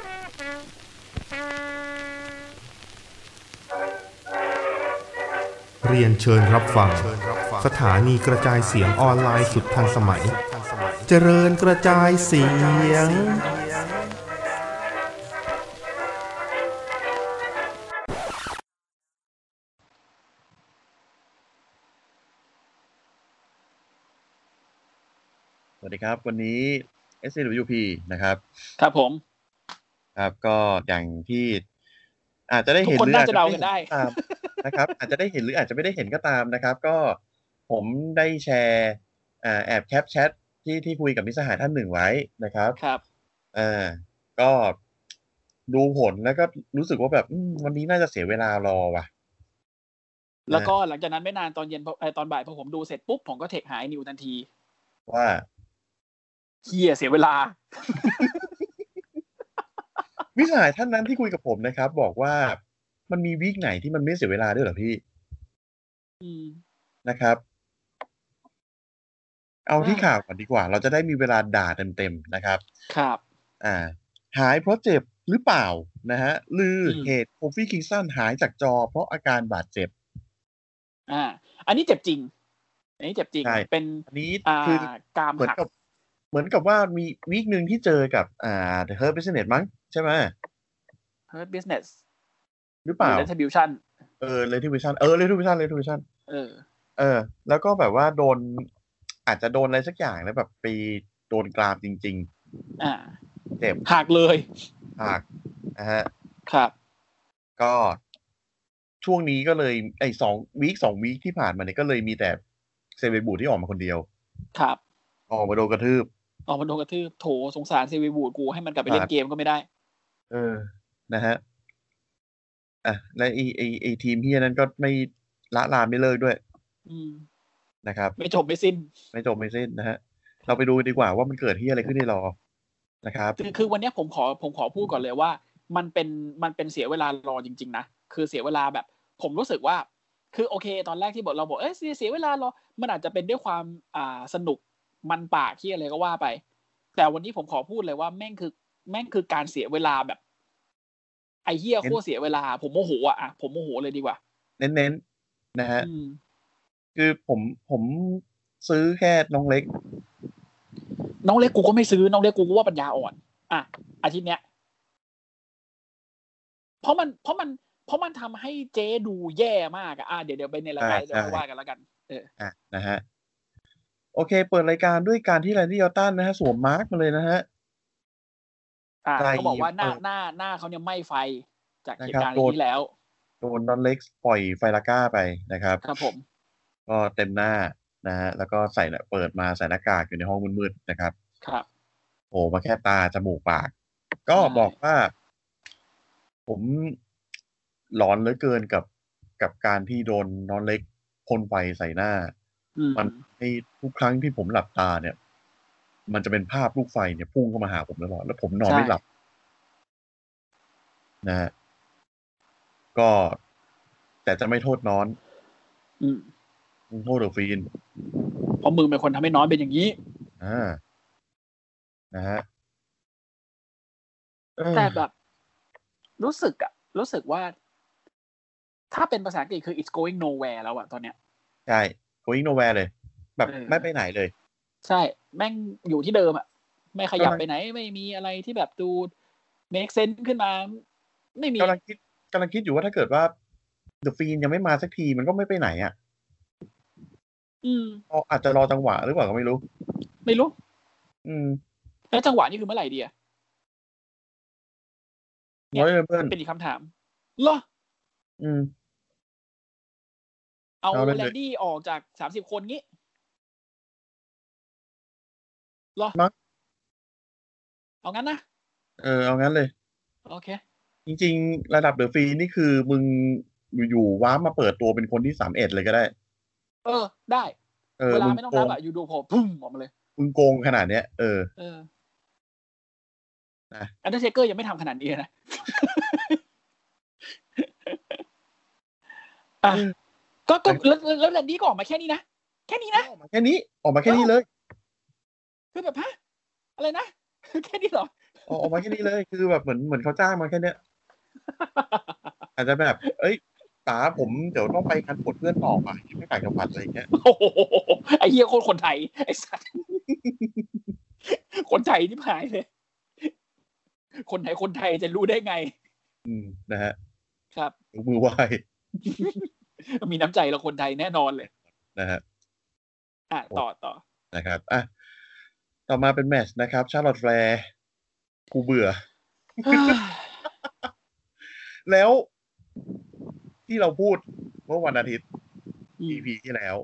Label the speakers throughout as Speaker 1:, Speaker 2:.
Speaker 1: เรียนเชิญรับฟังสถานีกระจายเสียงออนไลน์สุดทันสมัยเจริญกระจายเสียง
Speaker 2: สวัสดีครับวันนี้ SCWP นะครับ
Speaker 3: ครับผม
Speaker 2: ครับก็อย่างที่อาจจะได้เห็นหรืออาจจะไม่ได้ตามนะครับอาจจะได้เห็นหรืออาจจะไม่ได้เห็นก็ตามนะครับก็ผมได้แชร์แอบแคปแชทที่คุยกับมิตรสหายท่านหนึ่งไว้นะครับ
Speaker 3: ครับ
Speaker 2: ก็ดูผลแล้วก็รู้สึกว่าแบบวันนี้น่าจะเสียเวลารอว่ะ
Speaker 3: แล้วก็หลังจากนั้นไม่นานตอนเย็นตอนบ่ายพอผมดูเสร็จปุ๊บผมก็เทคหาไอ้นิวทันที
Speaker 2: ว่า
Speaker 3: เหี้ยเสียเวลา
Speaker 2: มิตรสหายท่านนั้นที่คุยกับผมนะครับบอกว่ามันมีวีคไหนที่มันไม่เสียเวลาด้วยเหรอพี่นะครับเอาที่ข่าวก่อนดีกว่าเราจะได้มีเวลาด่าเต็มๆนะครับ
Speaker 3: ครับ
Speaker 2: หายเพราะเจ็บหรือเปล่านะฮะลือเหตุโคฟี่คิงสันหายจากจอเพราะอาการบาดเจ็บ
Speaker 3: อันนี้เจ็บจริงอันนี้เจ็บจริงเป็น
Speaker 2: อันนี้คือกามหักเหมือนกับว่ามีวีคนึงที่เจอกับThe Hurt Business มั้งใช่ไหม
Speaker 3: Hurt Business
Speaker 2: หรือเปล่า
Speaker 3: Retribution
Speaker 2: Retribution แล้วก็แบบว่าอาจจะโดนอะไรสักอย่างแล้วแบบไปโดนกรามจริงๆเจ็บ
Speaker 3: หักเลย
Speaker 2: หักนะฮะ
Speaker 3: ครับ
Speaker 2: ก็ช่วงนี้ก็เลย2 วีคที่ผ่านมาเนี่ยก็เลยมีแต่เซเวบูที่ออกมาคนเดียว
Speaker 3: ครับ
Speaker 2: ออกมาโดนกระทืบ
Speaker 3: โถสงสารเซเวบูกูให้มันกลับไปเล่นเกมก็ไม่ได้
Speaker 2: นะฮะและไอทีมเฮียนั้นก็ไม่ละลาไม่เลิกด้วยนะครับ
Speaker 3: ไม่จบไม่สิ้น
Speaker 2: นะฮะเราไปดูดีกว่าว่ามันเกิดเฮียอะไรขึ้นในรอนะครับ
Speaker 3: คือวันนี้ผมขอพูดก่อนเลยว่ามันเป็นเสียเวลารอจริงๆนะคือเสียเวลาแบบผมรู้สึกว่าคือโอเคตอนแรกที่เราบอกเสียเวลารอมันอาจจะเป็นด้วยความสนุกมันปากที่อะไรก็ว่าไปแต่วันนี้ผมขอพูดเลยว่าแม่งคือการเสียเวลาแบบไอ้เหี้ยโคตรเสียเวลาผมโมโหผมโมโหเลยดีกว่า
Speaker 2: เน้นๆนะฮะคือผมซื้อแค่น้องเล็ก
Speaker 3: กูก็ไม่ซื้อน้องเล็กกูก็ว่าปัญญาอ่อนอาทิตย์เนี้ยเพราะมันทำให้เจ๊ดูแย่มากเดี๋ยวไปในรายการเดี๋ยวว่ากันแล้วกัน
Speaker 2: นะฮะโอเคเปิดรายการด้วยการที่แรนดี้ออตตันนะฮะสวมมาร์กมาเลยนะฮะ
Speaker 3: เขาบอกว่าหน้าเขาเนี่ยไหม้ไฟจากเหตุการณ์นี้แล้ว
Speaker 2: โดนน้องเล็กปล่อยไฟลาก้าไปนะครับ
Speaker 3: ครับผม
Speaker 2: ก็เต็มหน้านะฮะแล้วก็เปิดมาใส่หน้ากากอยู่ในห้องมืดๆนะครับ
Speaker 3: ครับ
Speaker 2: โผล่มาแค่ตาจมูกปากก็บอกว่าผมร้อนเหลือเกินกับการที่โดนน้องเล็กพ่นไฟใส่หน้ามันให้ทุกครั้งที่ผมหลับตาเนี่ยมันจะเป็นภาพลูกไฟเนี่ยพุ่งเข้ามาหาผมตลอดแล้วผมนอนไม่หลับนะฮะก็แต่จะไม่โทษน้อนโทษเดอะฟีน
Speaker 3: เพราะมึงเป็นคนทำให้น้อนเป็นอย่างนี้
Speaker 2: นะฮะ
Speaker 3: แต่แบบรู้สึกว่าถ้าเป็นภาษาอังกฤษคือ it's going nowhere แล้วตอนเนี้ย
Speaker 2: ใช่ going nowhere เลยแบบไม่ไปไหนเลย
Speaker 3: ใช่แม่งอยู่ที่เดิมไม่ขยับไปไหนไม่มีอะไรที่แบบดู make sense ขึ้นมาไม่มี
Speaker 2: กำลังคิดอยู่ว่าถ้าเกิดว่า The Fiend ยังไม่มาสักทีมันก็ไม่ไปไหนอาจจะรอจังหวะหรือเปล่าก็ไม่รู้
Speaker 3: แล้วจังหวะนี้คือเมื่อไหร่ดีเนี่ยเป็นอีกคำถามเหรอเอาแลนดี้ออกจาก30 คนงี้เหรอเอางั้นนะ
Speaker 2: เอางั้นเลย
Speaker 3: โอเค
Speaker 2: จริงๆระดับเดอะฟรีนี่คือมึงอยู่ๆว้ามาเปิดตัวเป็นคนที่31เลยก็ได้
Speaker 3: ได้เวลาไม่ต้องนับอยู่ดูพอพุ่งออกมาเลย
Speaker 2: มึงโกงขนาดเนี้ย
Speaker 3: อันเดอร์เทเกอร์ยังไม่ทำขนาดนี้นะก็แล้วแลนดี้ก็ออกมาแค่นี้นะแค่นี้นะ
Speaker 2: ออกมาแค่นี้เลย
Speaker 3: คือแบบอะไรนะแค่นี้เหรอ
Speaker 2: ออกมาแค่นี้เลยคือแบบเหมือนเขาจ้างมาแค่เนี้ยอาจจะแบบเอ้ยป๋าผมเดี๋ยวต้องไปงานบวชเพื่อนต่อว่ะที่ไม่ต่างจังหวัดอะไรอย่างเงี้ย
Speaker 3: โอ้โหไอ้เหี้ยโคตรคนไทยไอ้สัตว์คนไทยที่หายเลยคนไทยจะรู้ได้ไง
Speaker 2: นะฮะ
Speaker 3: ครับ
Speaker 2: ยกมือไหว้
Speaker 3: มีน้ำใจเราคนไทยแน่นอนเลย
Speaker 2: นะฮะ
Speaker 3: ต่อ
Speaker 2: นะครับต่อมาเป็นแมตช์นะครับชาร์ลอตแฟร์กูเบื่อ แล้วที่เราพูดเมื่อวันอาทิตย์ EP ที่แล้ว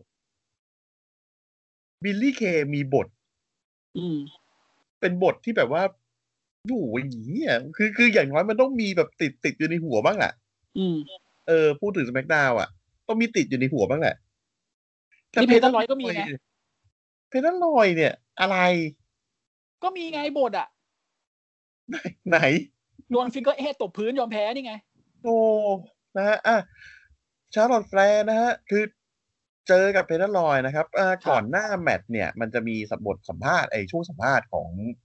Speaker 2: บิลลี่เคมีบทเป็นบทที่แบบว่าอยู่อย่างนี้อ่ะคืออย่างน้อยมันต้องมีแบบติดอยู่ในหัวบ้างแหละพูดถึง SmackDown อ่ะต้องมีติดอยู่ในหัวบ้างแหละ
Speaker 3: นี่เพเทอร์ลอยก็มีไง
Speaker 2: เพเทอร์ลอยเนี่ยอะไร
Speaker 3: ก็มีไงบทอ่ะ
Speaker 2: ไหน
Speaker 3: โดนฟิกเกอร์เอทตบพื้นยอมแพ้นี่ไง
Speaker 2: โอ้นะฮะชาร์ลอตแฟร์นะฮะคือเจอกับเพเทอร์ลอยนะครับก่อนหน้าแมตช์เนี่ยมันจะมีบทสัมภาษณ์ช่วงสัมภาษณ์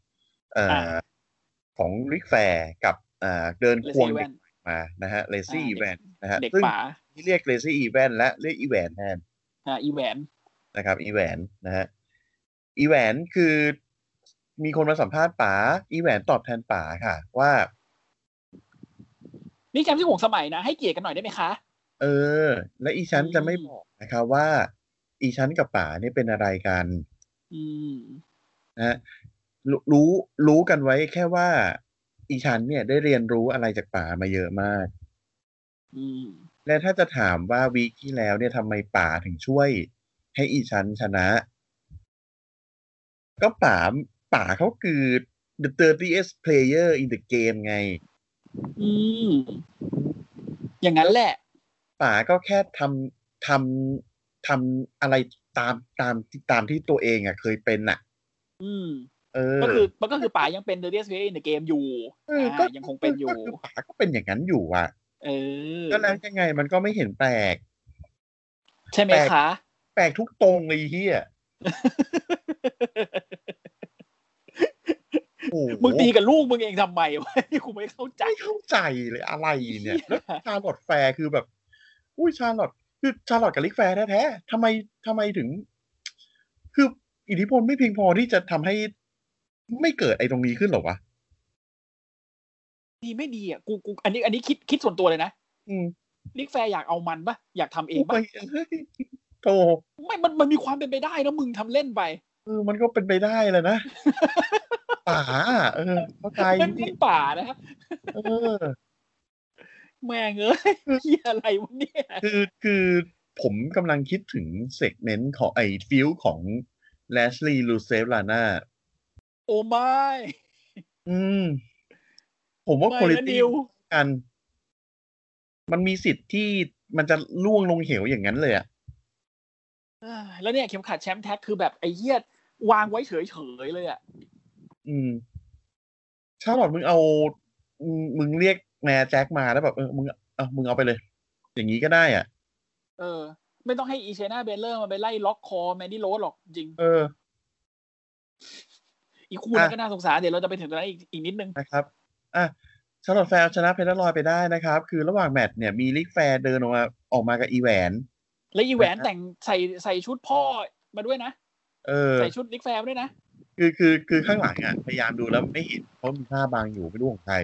Speaker 2: ของริกแฟร์กับเดินควงเด็กมานะฮะเลซี่อีแวนนะฮะซึ่งที่เรียกเลซี่อีแวนและเรียกอีแวนแทน
Speaker 3: อีแวน
Speaker 2: นะครับอีแวนนะฮะอีแวนคือมีคนมาสัมภาษณ์ป๋าอีแวนตอบแทนป๋าค่ะว่า
Speaker 3: นี่แชมป์ที่6สมัยนะให้เกียรติกันหน่อยได้ไหมคะ
Speaker 2: และอีฉันจะไม่บอกนะครับว่าอีฉันกับป๋าเนี่ยเป็นอะไรกันนะรู้กันไว้แค่ว่าอีฉันเนี่ยได้เรียนรู้อะไรจากป๋ามาเยอะมากและถ้าจะถามว่าวีคที่แล้วเนี่ยทำไมป๋าถึงช่วยให้อีฉันชนะก็ป๋าเขาคือ the 30th player in the game ไง
Speaker 3: อย่างนั้นแหละ
Speaker 2: ป๋าก็แค่ทำอะไรตามที่ตัวเองอ่ะเคยเป็นน่ะ
Speaker 3: ก็คือป๋ายังเป็น 30th player in the game อยู่ยังคงเป็นอยู่
Speaker 2: ป๋าก็เป็นอย่างนั้นอยู่อ่ะก็แล้วยังไงมันก็ไม่เห็นแปลก
Speaker 3: ใช่ไหมคะ
Speaker 2: แปลกทุกตรงเลยเฮีย
Speaker 3: มึงตีกับลูกมึงเองทำไมวะกูไม่เข้าใจ
Speaker 2: เลยอะไรเนี่ยแล้วชาร์ลอตแฟร์คือแบบอุ้ยชาร์ลอตกับริกแฟร์แท้ๆทำไมถึงคืออิทธิพลไม่เพียงพอที่จะทำให้ไม่เกิดไอ้ตรงนี้ขึ้นหรอวะ
Speaker 3: ดีไม่ดีอ่ะกูอันนี้คิดส่วนตัวเลยนะริกแฟร์อยากเอามันปะอยากทำเองปะ
Speaker 2: โธ่
Speaker 3: ไม่มันมีความเป็นไปได้นะมึงทำเล่นไป
Speaker 2: มันก็เป็นไปได้เลยนะป่าเข้าใจ
Speaker 3: นี่ป่านะแม่งเอ้ยเหี้ยอะไรวะเนี่ย
Speaker 2: คือผมกำลังคิดถึงเซกเมนต์ของฟิลของแลชลีย์ลูเซฟลาน่า
Speaker 3: โอ้ไม่
Speaker 2: ผมว่าคุณภาพกันมันมีสิทธิ์ที่มันจะล่วงลงเหวอย่างนั้นเลยอ่ะ
Speaker 3: แล้วเนี่ยเข็มขัดแชมป์แท็กคือแบบไอ้เหี้ยวางไว้เฉยๆเลยอ่ะ
Speaker 2: ชาร์ลอตมึงเรียกแม่แจ็คมาแล้วแบบมึงเอาไปเลยอย่างนี้ก็ได้อ่ะ
Speaker 3: ไม่ต้องให้อีเชน่าเบลเลอร์มาไปไล่ล็อกคอแมนดี้โรสหรอกจริงอีกคู่นั้นก็น่าสงสารเดี๋ยวเราจะไปถึงตรงนั้นอีกนิดนึง
Speaker 2: นะครับชาร์ลอตแฟร์ชนะเพเทอร์ลอยไปได้นะครับคือระหว่างแมตช์เนี่ยมีลิกแฟร์เดินออกมากับอีแหวน
Speaker 3: และอีแหวนแต่งใส่ชุดพ่อมาด้วยนะใส่ชุดลิกแฟร์ด้วยนะ
Speaker 2: คือข้างหลังอ่ะพยายามดูแล้วไม่เห็นเพราะมีผ้าบางอยู่ไม่รู้ของใคร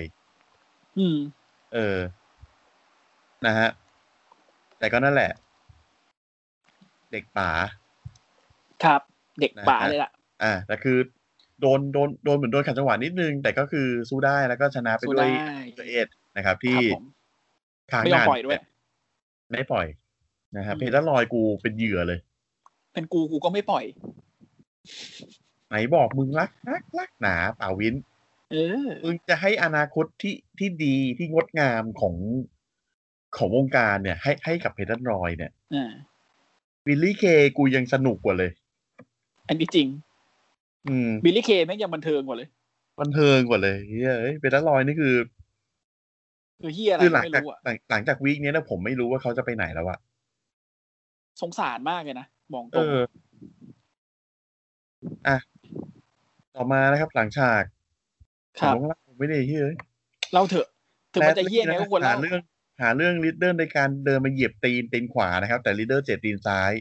Speaker 2: นะฮะแต่ก็นั่นแหละเด็กป๋า
Speaker 3: ครับเด็กป๋าเลยล่ะ
Speaker 2: แต่คือโดนเหมือนโดนขัดจังหวะนิดนึงแต่ก็คือสู้ได้แล้วก็ชนะไปด้วยตัวเอสนะครับที่
Speaker 3: ไม่ยอมปล่อยด้วย
Speaker 2: ไม่ปล่อยนะครับเพเทอร์ลอยกูเป็นเหยื่อเลย
Speaker 3: เป็นกูก็ไม่ปล่อย
Speaker 2: ไหนบอกมึงรักหนาป่าวินมึงจะให้อนาคตที่ดีที่งดงามของวงการเนี่ยให้กับเพเทอร์ลอยเนี่ยบิลลี่เคกูยังสนุกกว่าเลย
Speaker 3: อันนี้จริงบิลลี่เคแม่งยังบันเทิงกว่าเลย
Speaker 2: เฮ้ยเพเทอร์ลอยนี่คือ
Speaker 3: เฮียอะไร
Speaker 2: ไม่รู้อ่ะหลังจากวีคนี้นะผมไม่รู้ว่าเขาจะไปไหนแล้วอะ
Speaker 3: สงสารมากเลยนะมองตรง
Speaker 2: ต่อมานะครับหลังฉากของไม่ได้เฮ้ย
Speaker 3: เราเถอะถึงมันจะเฮี้ยไงก็ควรเล่า
Speaker 2: หาเรื่องลิดเดิลในการเดินมาเหยียบตีนขวานะครับแต่ลิดเดิลเจ็บตีนซ้าย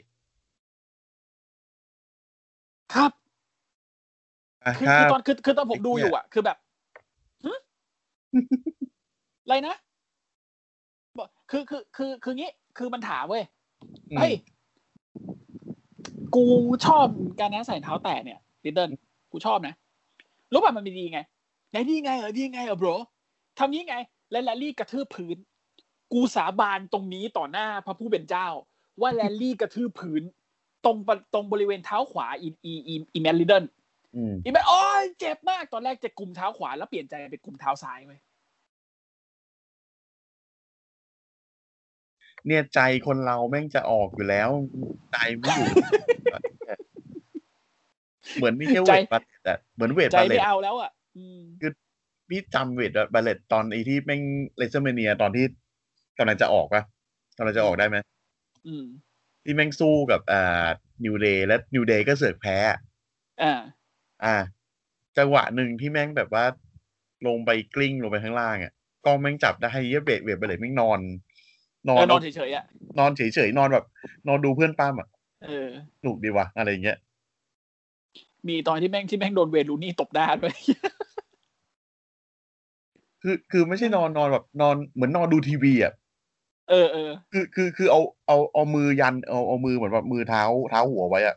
Speaker 3: ครับคือตอนผมดูอยู่อ่ะคือแบบอะไรนะบอกคืองี้คือมันถามเว้ยเฮ้ยกูชอบการใส่เท้าแตะเนี่ยลิดเดิลกูชอบนะรู้ป่ะมันมีดีไงไหนดีไงบรทำนี้ไงและแรลลี่กระทืบพื้นกูสาบานตรงนี้ต่อหน้าพระผู้เป็นเจ้าว่าแรลลี่กระทืบพื้นตรงบริเวณเท้าขวาอีแมนลิดเดิลอีแมนโอ้ยเจ็บมากตอนแรกจะกุมเท้าขวาแล้วเปลี่ยนใจไปกุมเท้าซ้ายเว้ย
Speaker 2: เนี่ยใจคนเราแม่งจะออกอยู่แล้วใจไม่อยู่ เหมือนไม่ใช่เวทบาเลตอะเหมือนเวทบาเลต
Speaker 3: ใจไม่เอาแล้วอ่ะ
Speaker 2: คือพี่จำเวทบาเลตตอนไอ้ที่แม่งเลเซอร์เมเนียตอนที่กำลังจะออกได้ไหมที่แม่งสู้กับนิวเดย์และนิวเดย์ก็เสือกแพ้จังหวะหนึ่งที่แม่งแบบว่าลงไปกลิ้งลงไปข้างล่างอ่ะกล้องแม่งจับได้ให้เวทบาเลตแม่งนอน
Speaker 3: เฉยๆอ่ะ
Speaker 2: นอนเฉยๆนอนแบบนอนดูเพื่อนปั้มอ่ะสนุกดีว่ะอะไรเงี้ย
Speaker 3: มีตอนที่แม่งโดนเวลูนี่ตบหน้าด้วย
Speaker 2: คือไม่ใช่นอนแบบนอนเหมือนนอนดูทีวีอ่ะคือเอามือยันเอามือเหมือนแบบมือเท้าหัวไว้อ่ะ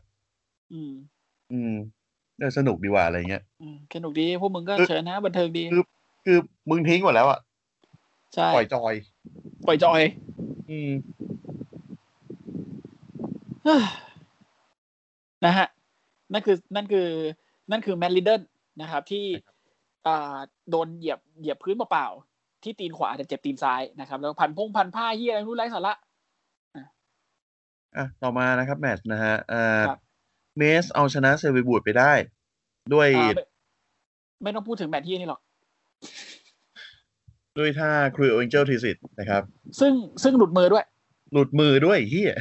Speaker 2: สนุกดีว่ะอะไรเงี้ย
Speaker 3: สนุกดีพวกมึงก็เชิญนะบันเทิงดี
Speaker 2: คือมึงทิ้งหมดแล้วอ่ะ
Speaker 3: ใช่
Speaker 2: ปล่อยจอย
Speaker 3: นะฮะนั่นคือแมนลิดเดิลนะครับที่โดนเหยียบพื้นเปล่าๆที่ตีนขวาแต่เจ็บตีนซ้ายนะครับแล้วพันผ้าเหี้ยอะไรรู้ไร้สาระ
Speaker 2: ต่อมานะครับแมตช์นะฮะเมสเอาชนะเซเวบูดไปได้ด้วย
Speaker 3: ไม่ต้องพูดถึงแมตช์ที่นี่หรอก
Speaker 2: ด้วยท่าครูเอ็นเจลทีสิตนะครับ
Speaker 3: ซึ่งหลุดมือ
Speaker 2: ด้วยเฮีย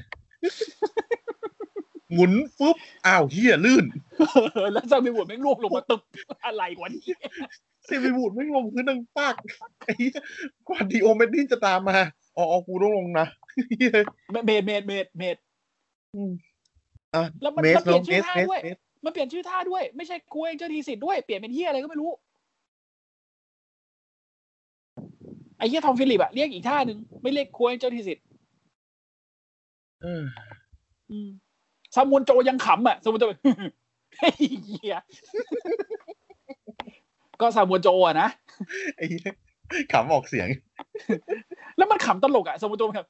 Speaker 2: หมุนฟึบอ้าวเฮียลื่น
Speaker 3: แล้วเซเวบูดแม่งล่วงลงมาตึบอะไรวะนี่
Speaker 2: เซเวบูดแม่งลงพื้นดังปากไอ้กว่าดิโอเมดินจะตามมากูต้องลงนะ
Speaker 3: เมดแล้วมันเปลี่ยนชื่อท่าด้วยไม่ใช่ครูเอ็นเจลทีสิตด้วยเปลี่ยนเป็นเฮียอะไรก็ไม่รู้ไอ้เหี้ยทอมฟิลิปอะเรียกอีกท่านึงไม่เรียกควยเจ้าทีสิทธิ์ซามวนโจยังขำอะซามวนโจไอ้เหี้ยก็ซามวนโจอะนะ
Speaker 2: ไอ้ขำออกเสียง
Speaker 3: แล้วมันขำตลกอะซามวนโจครับ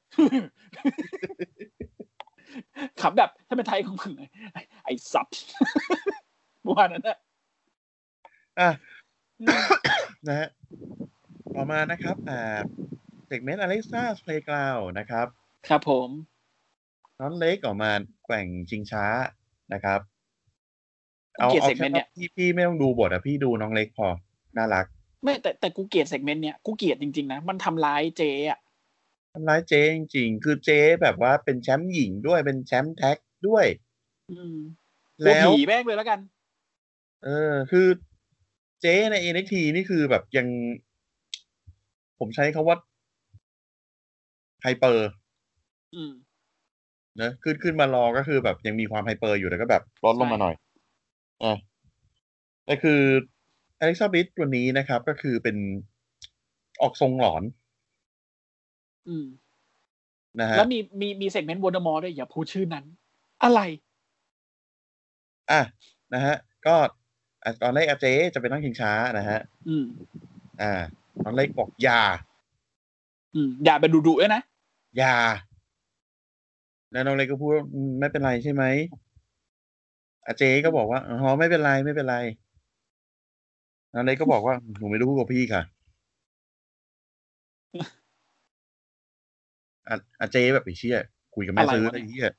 Speaker 3: ขำแบบถ้าเป็นไทยของมึงไอ้ซับว่านั้นนะ
Speaker 2: นะฮะต่อมานะครับเซกเมนต์ Alexa's Playground นะครับ
Speaker 3: ครับผม
Speaker 2: น้องเล็กออกมาแกว่งชิงช้านะครับ
Speaker 3: เอาเซกเมนต์เนี่ย
Speaker 2: พี่ไม่ต้องดูบทอะพี่ดูน้องเล็กพอน่ารัก
Speaker 3: ไม่แต่กูเกลียดเซกเมนต์เนี่ยกูเกลียดจริงๆนะมันทำร้ายเจ๊อะ
Speaker 2: ทำร้ายเจ๊จริงๆคือเจ๊แบบว่าเป็นแชมป์หญิงด้วยเป็นแชมป์แท็กด้วย
Speaker 3: แล้วผีแม่งเลยแล้วกัน
Speaker 2: คือเจ๊ใน NXT นี่คือแบบยังผมใช้คำว่าไฮเปอร์นะขึ้นมารอก็คือแบบยังมีความไฮเปอร์อยู่แต่ก็แบบลดลงมาหน่อยแต่คืออเล็กซ่าบลิสตัวนี้นะครับก็คือเป็นออกทรงหลอนนะฮะ
Speaker 3: แล้วมีเซกเมนต์วอเดอร์มอร์ด้วยอย่าพูดชื่อนั้นอะไร
Speaker 2: นะฮะก็ตอนแรกเจ๊จะไปนั่งชิงช้านะฮะตอนแรกบอก
Speaker 3: อย่าไปดุด้วยนะ
Speaker 2: อย่าแล้วน้องเล็กก็พูดไม่เป็นไรใช่ไหมเจ๊ก็บอกว่าอ๋อไม่เป็นไรน้องเล็กก็บอกว่าหนูไม่รู้กับพี่ค่ะเจ๊แบบไอ้เชี่ยคุยกับแม่ซื้อไอ้เหี้ย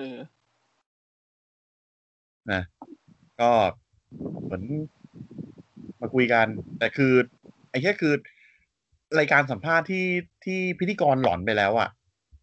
Speaker 2: นะก็เหมือนมาคุยกันแต่คือไอ้แค่คือรายการสัมภาษณ์ที่พิธีกรหลอนไปแล้วอ่ะ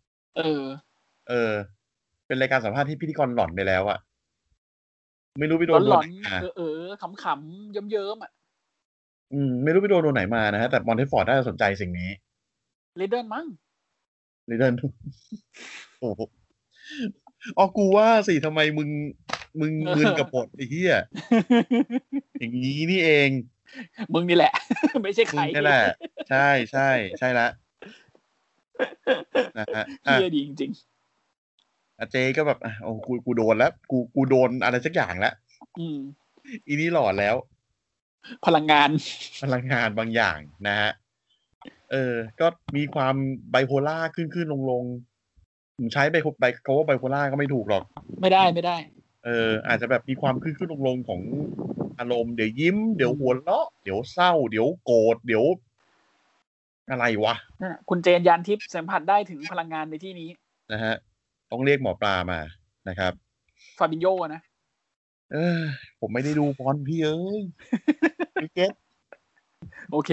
Speaker 2: เป็นรายการสัมภาษณ์ที่พิธีกรหลอนไปแล้วอ่ะไม่รู้ไปโดน
Speaker 3: หลอนขำๆเยิ้มๆอ่ะ
Speaker 2: ไม่รู้ไปโดนไหนมานะฮะแต่มอนเทฟอร์ดน่าจะสนใจสิ่งนี้
Speaker 3: ลิดเดิลมั้ง
Speaker 2: ลิดเดิลโอ้โหอ๋อกูว่าสิทำไมมึงมึนกับบทไอ้เหี้ยอย่างนี้นี่เอง
Speaker 3: มึงนี่แหละ ไม่ใช่ใคร
Speaker 2: นี่แหละใช่ใช่ละนะฮะ
Speaker 3: เหี้ยดีจริง
Speaker 2: ๆเจก็แบบโอ้กูโดนแล้วกูโดนอะไรสักอย่างแล้วอีนี่หลอนแล้ว
Speaker 3: พลังงาน
Speaker 2: บางอย่างนะฮะก็มีความไบโพล่าขึ้นลงผมใช้เขาว่าไบโพล่าก็ไม่ถูกหรอก
Speaker 3: ไม่ได้
Speaker 2: อาจจะแบบมีความขึ้นลงของอารมณ์เดี๋ยวยิ้มเดี๋ยวหัวเราะเดี๋ยวเศร้าเดี๋ยวโกรธเดี๋ยวอะไรวะ
Speaker 3: คุณเจนยานทิพย์สัมผัสได้ถึงพลังงานในที่นี้
Speaker 2: นะฮะต้องเรียกหมอปลามานะครับ
Speaker 3: ฟาบินโญนะ
Speaker 2: ผมไม่ได้ดูบอลพี่เอ้ยไม่เก็ต
Speaker 3: โอเค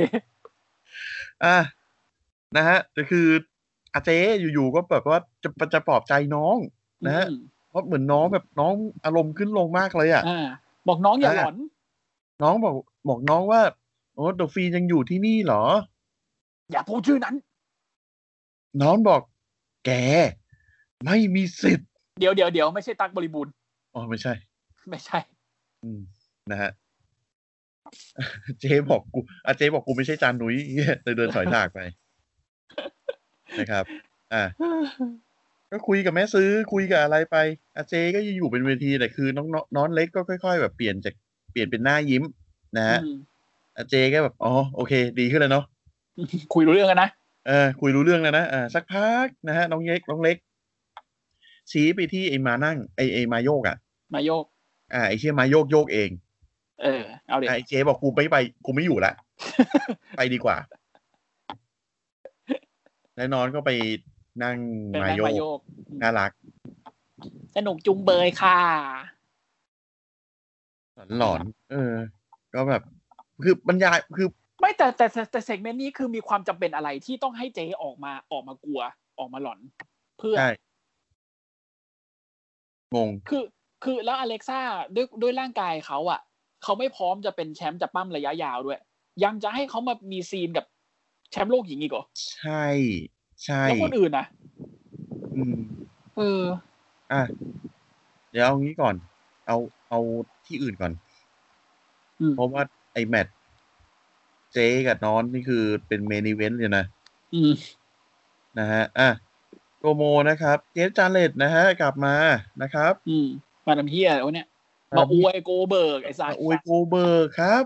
Speaker 2: นะฮะแต่คืออาเจอยู่ๆก็แบบว่าจะปลอบใจน้องนะฮะเพราะเหมือนน้องแบบน้องอารมณ์ขึ้นลงมากเลยอ่ะ
Speaker 3: บอกน้องอย่าหลอน
Speaker 2: น้องบอกน้องว่าโอ้เดอะฟียังอยู่ที่นี่เหรอ
Speaker 3: อย่าพูดชื่อนั้น
Speaker 2: น้องบอกแกไม่มีสิทธิ์
Speaker 3: เดี๋ยวไม่ใช่ตั๊กบริบูรณ์
Speaker 2: อ๋อไม่ใช่นะฮะเจ๊บอกกูไม่ใช่จานนุ้ยเดินถอยฉากไปนะครับก็คุยกับแม่ซื้อคุยกับอะไรไปเจ๊ก็อยู่เป็นเวทีแต่คือน้องเล็กก็ค่อยๆแบบเปลี่ยนเป็นหน้ายิ้มนะฮะเจ๊ก็แบบอ๋อโอเคดีขึ้นแล้วเนาะ
Speaker 3: คุยรู้เรื่องกันนะ
Speaker 2: คุยรู้เรื่องแล้วนะสักพักนะฮะน้องเล็กชี้ไปที่ไอ้มานั่งไอ้มาโยก
Speaker 3: มาโยก
Speaker 2: ไอ้เชี่ยมาโยกเอง
Speaker 3: เอาดิ
Speaker 2: ไอ้เจ๊บอกกูไม่ไปกูไม่อยู่ละ ไปดีกว่าแล้วนอนก็ไปนั่งมาโยกน่ารัก
Speaker 3: สนุกจุงเบยค่ะ
Speaker 2: หลอนก็แบบคือบรรยายคือ
Speaker 3: ไม่แต่เซกเมนต์นี้คือมีความจำเป็นอะไรที่ต้องให้เจ๊ออกมากลัวออกมาหลอนเพื่อ
Speaker 2: ใช่งง
Speaker 3: คือแล้วอเล็กซ่าด้วยร่างกายเขาอ่ะเขาไม่พร้อมจะเป็นแชมป์จะปั้มระยะยาวด้วยยังจะให้เขามามีซีนกับแชมป์โลกหญิงอีกเหรอ
Speaker 2: ใช่
Speaker 3: แล้วคนอื่นนะ
Speaker 2: เดี๋ยวเอางี้ก่อนเอาที่อื่นก่อนเพราะว่าไอ้แมตช์เจ๊กับน้อนนี่คือเป็นเมนอีเวนต์เลยนะฮะโปรโมนะครับเจฟจาเลตนะฮะกลับมานะครับ
Speaker 3: มาทำเฮียแล้วเนี่ยมาอวยโกเบิร์กไอ้สัส
Speaker 2: อวยโกเบิร์กครับ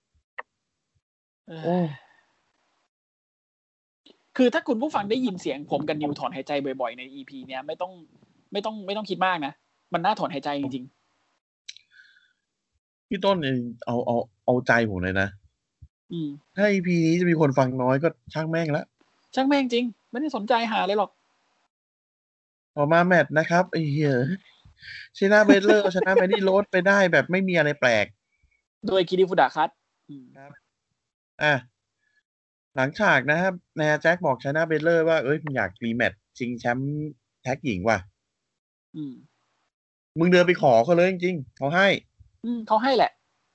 Speaker 2: โอ้
Speaker 3: คือถ้าคุณผู้ฟังได้ยินเสียงผมกับนิวถอนหายใจบ่อยๆใน EP เนี้ยไม่ต้องคิดมากนะมันน่าถอนหายใจจริง
Speaker 2: ๆพี่ต้นเอาใจผมเลยนะถ้า EP นี้จะมีคนฟังน้อยก็ช่างแม่งละ
Speaker 3: ช่างแม่งจริงไม่ได้สนใจหาเลยหรอก
Speaker 2: ต่อมาแมตช์นะครับไอ้เหี้ยชนะเบลเลอร์ชนะแมนดี้โรสไปได้แบบไม่มีอะไรแปลก
Speaker 3: โดยคิริฟุดะคัต
Speaker 2: ครับหลังฉากนะครับนายแจ็คบอกชนะเบลเลอร์ว่ามึงอยากรีแมตช์ชิงแชมป์แท็กหญิงว่ะมึงเดินไปขอเขาเลยจริงๆเขาให้
Speaker 3: เขาให้แหละ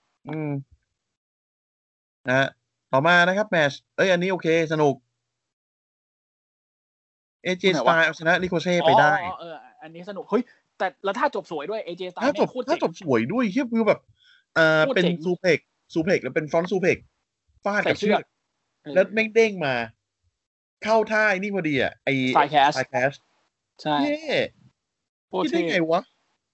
Speaker 2: นะต่อมานะครับแมตช์อันนี้โอเคสนุกAJ Styles เอาชนะริโคเช่ไปได้
Speaker 3: อันนี้สนุกเฮ้ยแต่แล้วถ้าจบสวยด้วย AJ Styles
Speaker 2: ถ้าจบสวยด้วยคือแบบเป็นซูเพ็กแล้วเป็นฟรอนต์ซูเพ็กฟาดกับเชือกแล้วแม่งเด้งมาเข้าท่านี่พอดีไอ้
Speaker 3: ไซแคชใช่
Speaker 2: คิดได้ไงวะ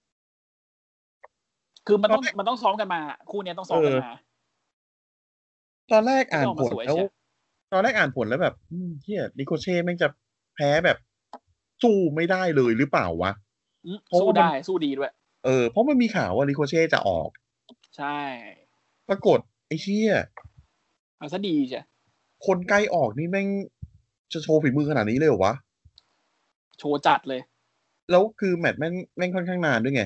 Speaker 3: คือมันต้องซ้อมกันมาคู่นี้ต้องซ้อมกันมา
Speaker 2: ตอนแรกอ่านผลแล้วแบบเหี้ยริโคเช่แม่งจะแพ้แบบสู้ไม่ได้เลยหรือเปล่าวะ
Speaker 3: สู้ได้สู้ดีด้วย
Speaker 2: เพราะมันมีข่าวว่าริโคเช่จะออก
Speaker 3: ใช่
Speaker 2: ปรากฏไอ้เชี่ย
Speaker 3: เอาซะดีใช่
Speaker 2: คนใกล้ออกนี่แม่งจะโชว์ฝีมือขนาดนี้เลยเหรอวะ
Speaker 3: โชว์จัดเลย
Speaker 2: แล้วคือแมตช์แม่งค่อนข้างนานด้วยไง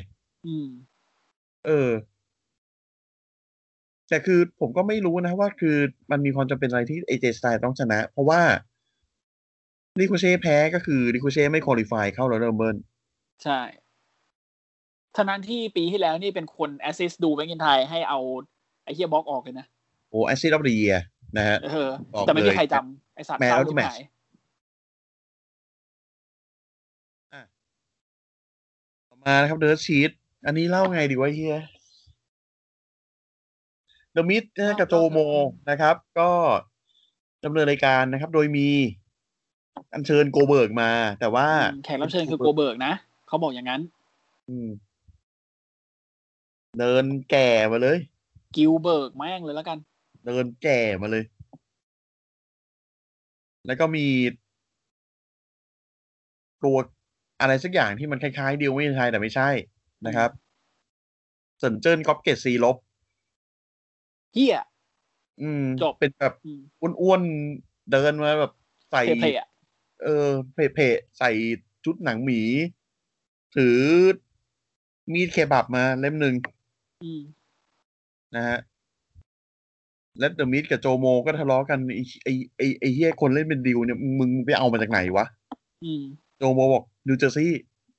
Speaker 2: แต่คือผมก็ไม่รู้นะว่าคือมันมีความจำเป็นอะไรที่ AJ Styles ต้องชนะเพราะว่าริโคเช่แพ้ก็คือริโคเช่ไม่ควอลิฟายเข้ารอยัลรัมเบิล
Speaker 3: ใช่ทั้งนั้นที่ปีที่แล้วนี่เป็นคนแอสซิสต์ดูแมคอินไทร์ให้เอาไอ้เฮียบล็อกออกเลยนะ
Speaker 2: โอ้แอซิดออฟเดอะเยียร์นะฮะ
Speaker 3: แต่ไม่มีใครจำไอสัตว์เศร้าหรือไม่
Speaker 2: ต่อมานะครับเดิร์ทชีทอันนี้เล่าไงดีวะเฮียเดอะมิสกับโจโมนะครับก็ดำเนินรายการนะครับโดยมีอัญเชิญโกเบิร์กมาแต่ว่า
Speaker 3: แขกรับเชิญคือโกเบิร์กนะเขาบอกอย่างนั้น
Speaker 2: เดินแก่มาเลย
Speaker 3: กิลเบิร์กแม่งเลยแล้วกัน
Speaker 2: เดินแก่มาเลยแล้วก็มีตัวอะไรสักอย่างที่มันคล้ายๆเดียวไม่ใช่แต่ไม่ใช่นะครับเซินเจิ้นก๊อปเกตซีลบ
Speaker 3: เฮีย
Speaker 2: จบเป็นแบบอ้วนๆเดินมาแบบใส่เพะใส่ชุดหนังหมีถือมีดเคบับมาเล่มหนึ่งนะฮะและเดอะมิสกับโจโมก็ทะเลาะกันไอ้เฮียคนเล่นเป็นดิวเนี่ยมึงไปเอามาจากไหนวะโจโมบอกนิวเจอร์ซี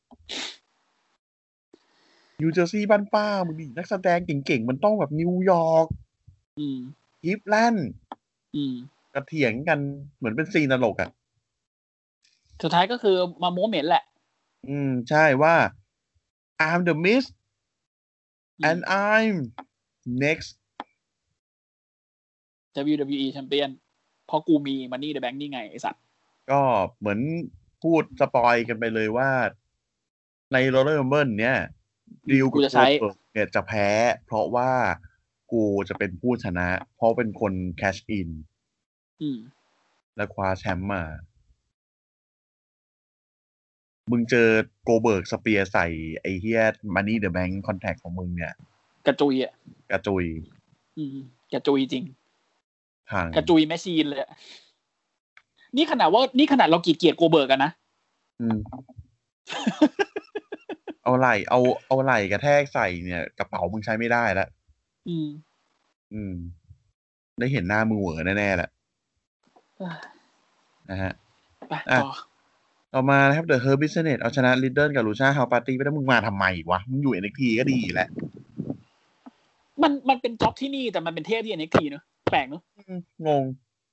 Speaker 2: ย์บ้านป้ามึงดินักแสดงเก่งๆมันต้องแบบนิวยอร์กฮิปแลนด์กระเถียงกันเหมือนเป็นซีนตลกอ่ะ
Speaker 3: สุดท้ายก็คือมาโมเมนต์แหละ
Speaker 2: ใช่ว่า I'm the Mist and I'm next
Speaker 3: WWE แชมเปี้ยนเพราะกูมี Money the Bank นี่ไงไอ้สัตว์
Speaker 2: ก็เหมือนพูดสปอยกันไปเลยว่าใน Royal Rumble เนี่ยดิว
Speaker 3: กูจะใช้
Speaker 2: เนี่ยจะแพ้เพราะว่ากูจะเป็นผู้ชนะเพราะเป็นคนแคชอินและคว้าแชมป์มามึงเจอโกเบิร์กสเปียร์ใส่ไอ้เฮีย Money the Bank คอนแทคของมึงเนี่ย
Speaker 3: กระจุยอ่ะ
Speaker 2: กระจุย
Speaker 3: กระจุยจริงกระจุยแมชชีนเลยนี่ขนาดเราเกลียดโกเบิร์กกันนะ
Speaker 2: เอาไหล่กระแทกใส่เนี่ยกระเป๋ามึงใช้ไม่ได้แล้วได้เห็นหน้ามือเหวอแน่ๆแหละนะฮะต่อมานะครับ The Hurt Business เอาชนะลิดเดิลกับลูชาเฮาปาร์ตี้ไปแล้วมึงมาทำไมวะมึงอยู่ NXT ก็ดีแหละ
Speaker 3: มันเป็นจ็อบที่นี่แต่มันเป็นเทพที่ NXT เนอะแปลกเนอะ
Speaker 2: งง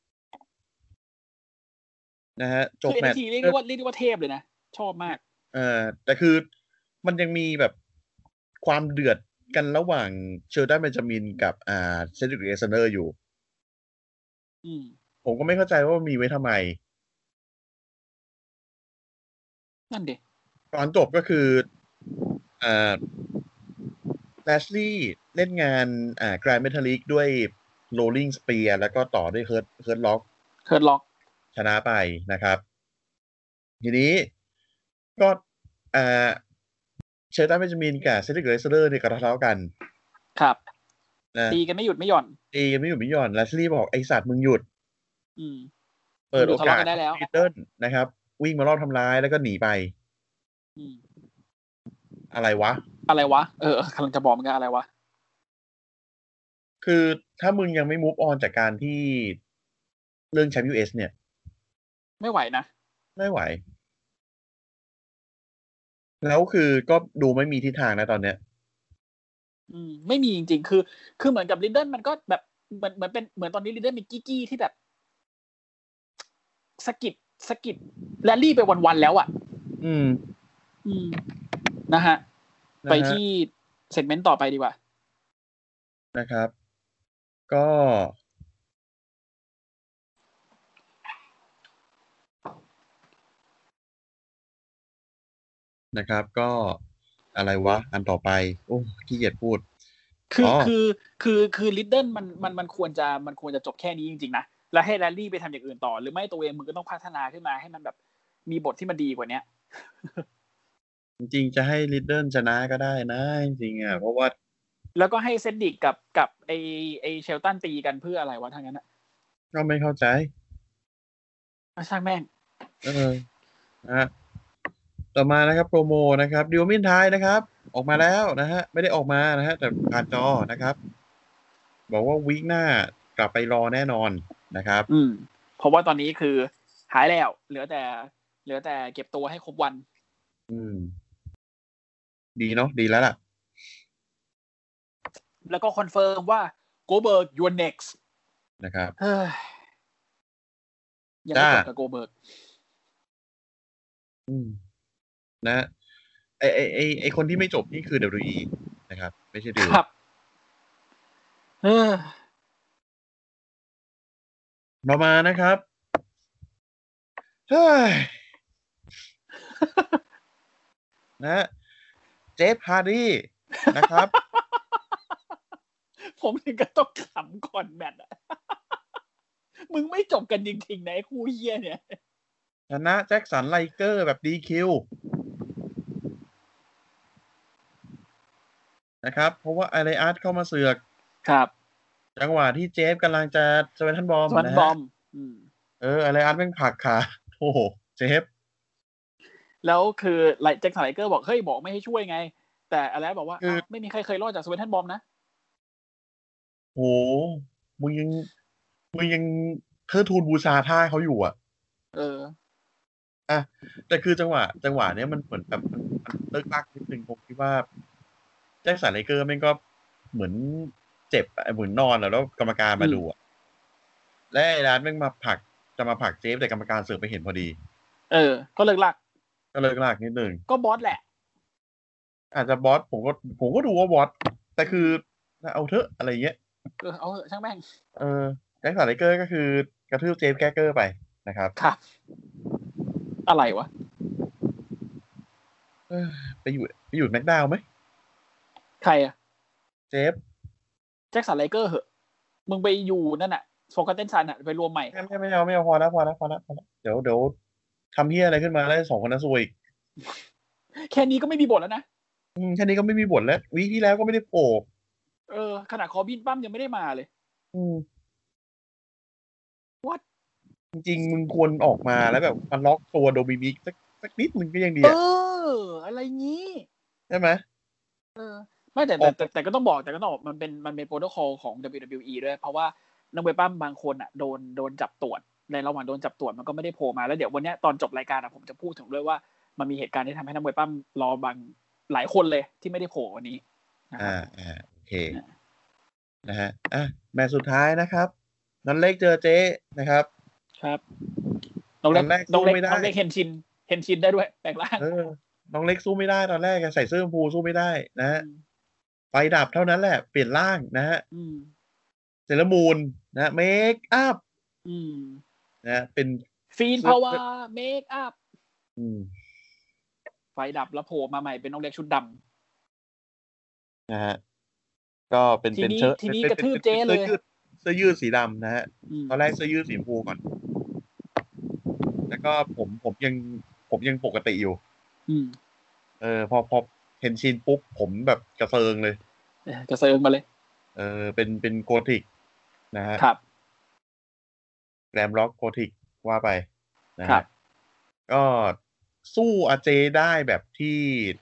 Speaker 2: นะฮะจบ
Speaker 3: แมตช์เรียกว่าเทพเลยนะชอบมาก
Speaker 2: แต่คือมันยังมีแบบความเดือดกันระหว่างเชลตันเบนจามินกับเซดริกเอเซเนอร์อยู่ผมก็ไม่เข้าใจว่ามีไว้ทำไม
Speaker 3: นั่นดิ
Speaker 2: ตอนจบก็คือแลชลีย์เล่นงานแกรนด์เมทัลลิกด้วยโรลลิงสเปียร์แล้วก็ต่อด้วยเฮิร์ตล็อกชนะไปนะครับทีนี้ก็เชลตันเบนจามินกับเซดริกเอเซเนอร์เนี่ยก็ทะเลาะกัน
Speaker 3: ครับตีกันไม่หยุดไม่หย่อน
Speaker 2: แลชลีย์บอกไอสัตว์มึงหยุดเปิดโอกาส
Speaker 3: ได้แล้ว
Speaker 2: ลิดเดิลนะครับวิ่งมารอบทำร้ายแล้วก็หนีไปอะไรวะ
Speaker 3: กำลังจะบอกมึงอะไรวะ
Speaker 2: คือถ้ามึงยังไม่ move on จากการที่เรื่องแชมป์ US เนี่ย
Speaker 3: ไม่ไหวนะ
Speaker 2: ไม่ไหวแล้วคือก็ดูไม่มีทิศทางนะตอนเนี้ย
Speaker 3: ไม่มีจริงๆคือเหมือนกับลิดเดิลมันก็แบบเหมือนตอนนี้ลิดเดิลมีกี้ที่แบบสกิดแรลลี่ไปวันๆแล้วอ่ะนะฮะไปที่เซกเมนต์ต่อไปดีกว่า
Speaker 2: นะครับก็นะครับก็อะไรวะอันต่อไปโอ้ขี้เกียจพูด
Speaker 3: คือลิดเดิลมันควรจะจบแค่นี้จริงๆนะแล้วให้แรลลี่ไปทำอย่างอื่นต่อหรือไม่ตัวเองมึงก็ต้องพัฒนาขึ้นมาให้มันแบบมีบทที่มันดีกว่านี้
Speaker 2: จริงๆจะให้ลิดเดิลชนะก็ได้นะจริงๆอ่ะเพราะว่า
Speaker 3: แล้วก็ให้เซนดิกกับไอเชลตันตีกันเพื่ออะไรวะทั้งนั้นนะ
Speaker 2: ก็ไม่เข้าใจ
Speaker 3: ช่างแม่ง
Speaker 2: ต่อมานะครับโปรโมนะครับดิวมินไทยนะครับออกมาแล้วนะฮะไม่ได้ออกมานะฮะแต่ผ่านจอนะครับบอกว่าวีคหน้ากลับไปรอแน่นอนนะครับ
Speaker 3: เพราะว่าตอนนี้คือหายแล้วเหลือแต่เก็บตัวให้ครบวัน
Speaker 2: ดีเนาะดีแล้วล่ะ
Speaker 3: แล้วก็คอนเฟิร์มว่า Goldberg you're next
Speaker 2: นะครับ
Speaker 3: เฮ้ยยังไม่
Speaker 2: จ้า
Speaker 3: จบกับโกเบิร์ก
Speaker 2: นะ ไอคนที่ไม่จบนี่คือ WWE นะครับ ไม่ใช่ดิว
Speaker 3: ครับเฮ้ย
Speaker 2: มานะครับเฮ้ยนะเจฟฮาร์ดี้นะครับ
Speaker 3: ผมถึงก็ต้องขำก่อนแมตช์อะ มึงไม่จบกันจริงๆนะไอ้คู่เหี้ยเนี่ย
Speaker 2: ชนะแจ็คสันไลเกอร์แบบดีคิวนะครับ เพราะว่าไอเรอัสเข้ามาเสือก
Speaker 3: ครับ
Speaker 2: จังหวะที่เจฟกำลังจะสเวนทันบอม
Speaker 3: สวัน
Speaker 2: นะ
Speaker 3: บอ
Speaker 2: ฮะ
Speaker 3: ม
Speaker 2: ไอเรอัสแม่งผลักขาโอ้โหเจฟ
Speaker 3: แล้วคือแจ็คสันไลเกอร์บอกเฮ้ยบอกไม่ให้ช่วยไง แต่อะไรบอกว่าไม่มีใครเคยรอดจากสเวนทันบอมนะ
Speaker 2: โหมึงยังเทิดทูนบูชาท่าเขาอยู่อ่ะแต่คือจังหวะเนี้ยมันเหมือนแบบมันเลิกลากนิดนึงผมคิดว่าแจ็คสันไลเกอร์แม่งก็เหมือนเจ็บเหมือนนอนแล้วกรรมการมาดูอ่ะและไอ้ร้านแม่งจะมาผลักเจฟแต่กรรมการเสือกไปเห็นพอดี
Speaker 3: ก็เลิกลาก
Speaker 2: นิดนึง
Speaker 3: ก็บอสแหละ
Speaker 2: อาจจะบอสผมก็ดูว่าบอสแต่คือเอาเถอะอะไรเงี้ย
Speaker 3: เอาเถอะช่างแม่ง
Speaker 2: แจ็คสันไลเกอร์ก็คือกระทืบเจฟแกเกอร์ไปนะครับ
Speaker 3: ครับอะไรวะ
Speaker 2: ไปอยู่แม็กดาวน์ไหม
Speaker 3: ใครอะ
Speaker 2: เจฟ
Speaker 3: แจ็คสันไลเกอร์เหอะมึงไปอยู่นั่นน่ะโฟกัสเต้นซันอะไปรวมใหม่
Speaker 2: ไม่เอาพอแล้วเดี๋ยวทำเหี้ยอะไรขึ้นมาแล้ว2คนนั้นซวยอีก
Speaker 3: แค่นี้ก็ไม่มีบทแล้วนะ
Speaker 2: แค่นี้ก็ไม่มีบทแล้ววีคที่แล้วก็ไม่ได้โผล่
Speaker 3: ขนาดคอบินปั้มยังไม่ได้มาเลยวัด
Speaker 2: จริงๆมึงควรออกมาแล้วแบบมันล็อกตัวโดมินิกสักนิดมึงก็ยังดี
Speaker 3: อะไรงี้
Speaker 2: ใช่ไหม
Speaker 3: ไม่แต่ก็ต้องบอกมันเป็นโปรโตคอลของ WWE ด้วยเพราะว่านักมวยปั้มบางคนอ่ะโดนจับตรวจในระหว่างโดนจับตรวจมันก็ไม่ได้โผล่มาแล้วเดี๋ยววันนี้ตอนจบรายการผมจะพูดถึงด้วยว่ามันมีเหตุการณ์ที่ทำให้นักมวยปั้มรอบางหลายคนเลยที่ไม่ได้โผล่วันนี้
Speaker 2: โอเคนะฮะแมตช์สุดท้ายนะครับน้องเล็กเจอเจ๊นะครับ
Speaker 3: ครับน้องเล็กเห็นชินได้ด้วยแปลงร่าง
Speaker 2: น้องเล็กสู้ไม่ได้ตอนแรกใส่เสื้อชมพูสู้ไม่ได้นะฮะไฟดับเท่านั้นแหละเปลี่ยนร่างนะฮะเซเลมูนนะเมคอัพนะเป็น
Speaker 3: ฟีนพาวาเมคอัพไฟดับแล้วโผล่มาใหม่เป็นน้องเล็กชุดด
Speaker 2: ำนะฮะก็เป็น
Speaker 3: เชิ้ตทีนี้กระทืบเจ๊เลย
Speaker 2: เสื้อยืดสีดำนะฮะตอนแรกเสื้อยืดสีชมพูก่อนแล้วก็ผมยังปกติอยู่พอเห็นชินปุ๊บผมแบบกระเซิงเลย
Speaker 3: กระเซิงมาเลย
Speaker 2: เป็นโกธิกนะฮะ
Speaker 3: ครับ
Speaker 2: แกรมร็อกโกธิกว่าไปนะครับก็สู้อาเจได้แบบที่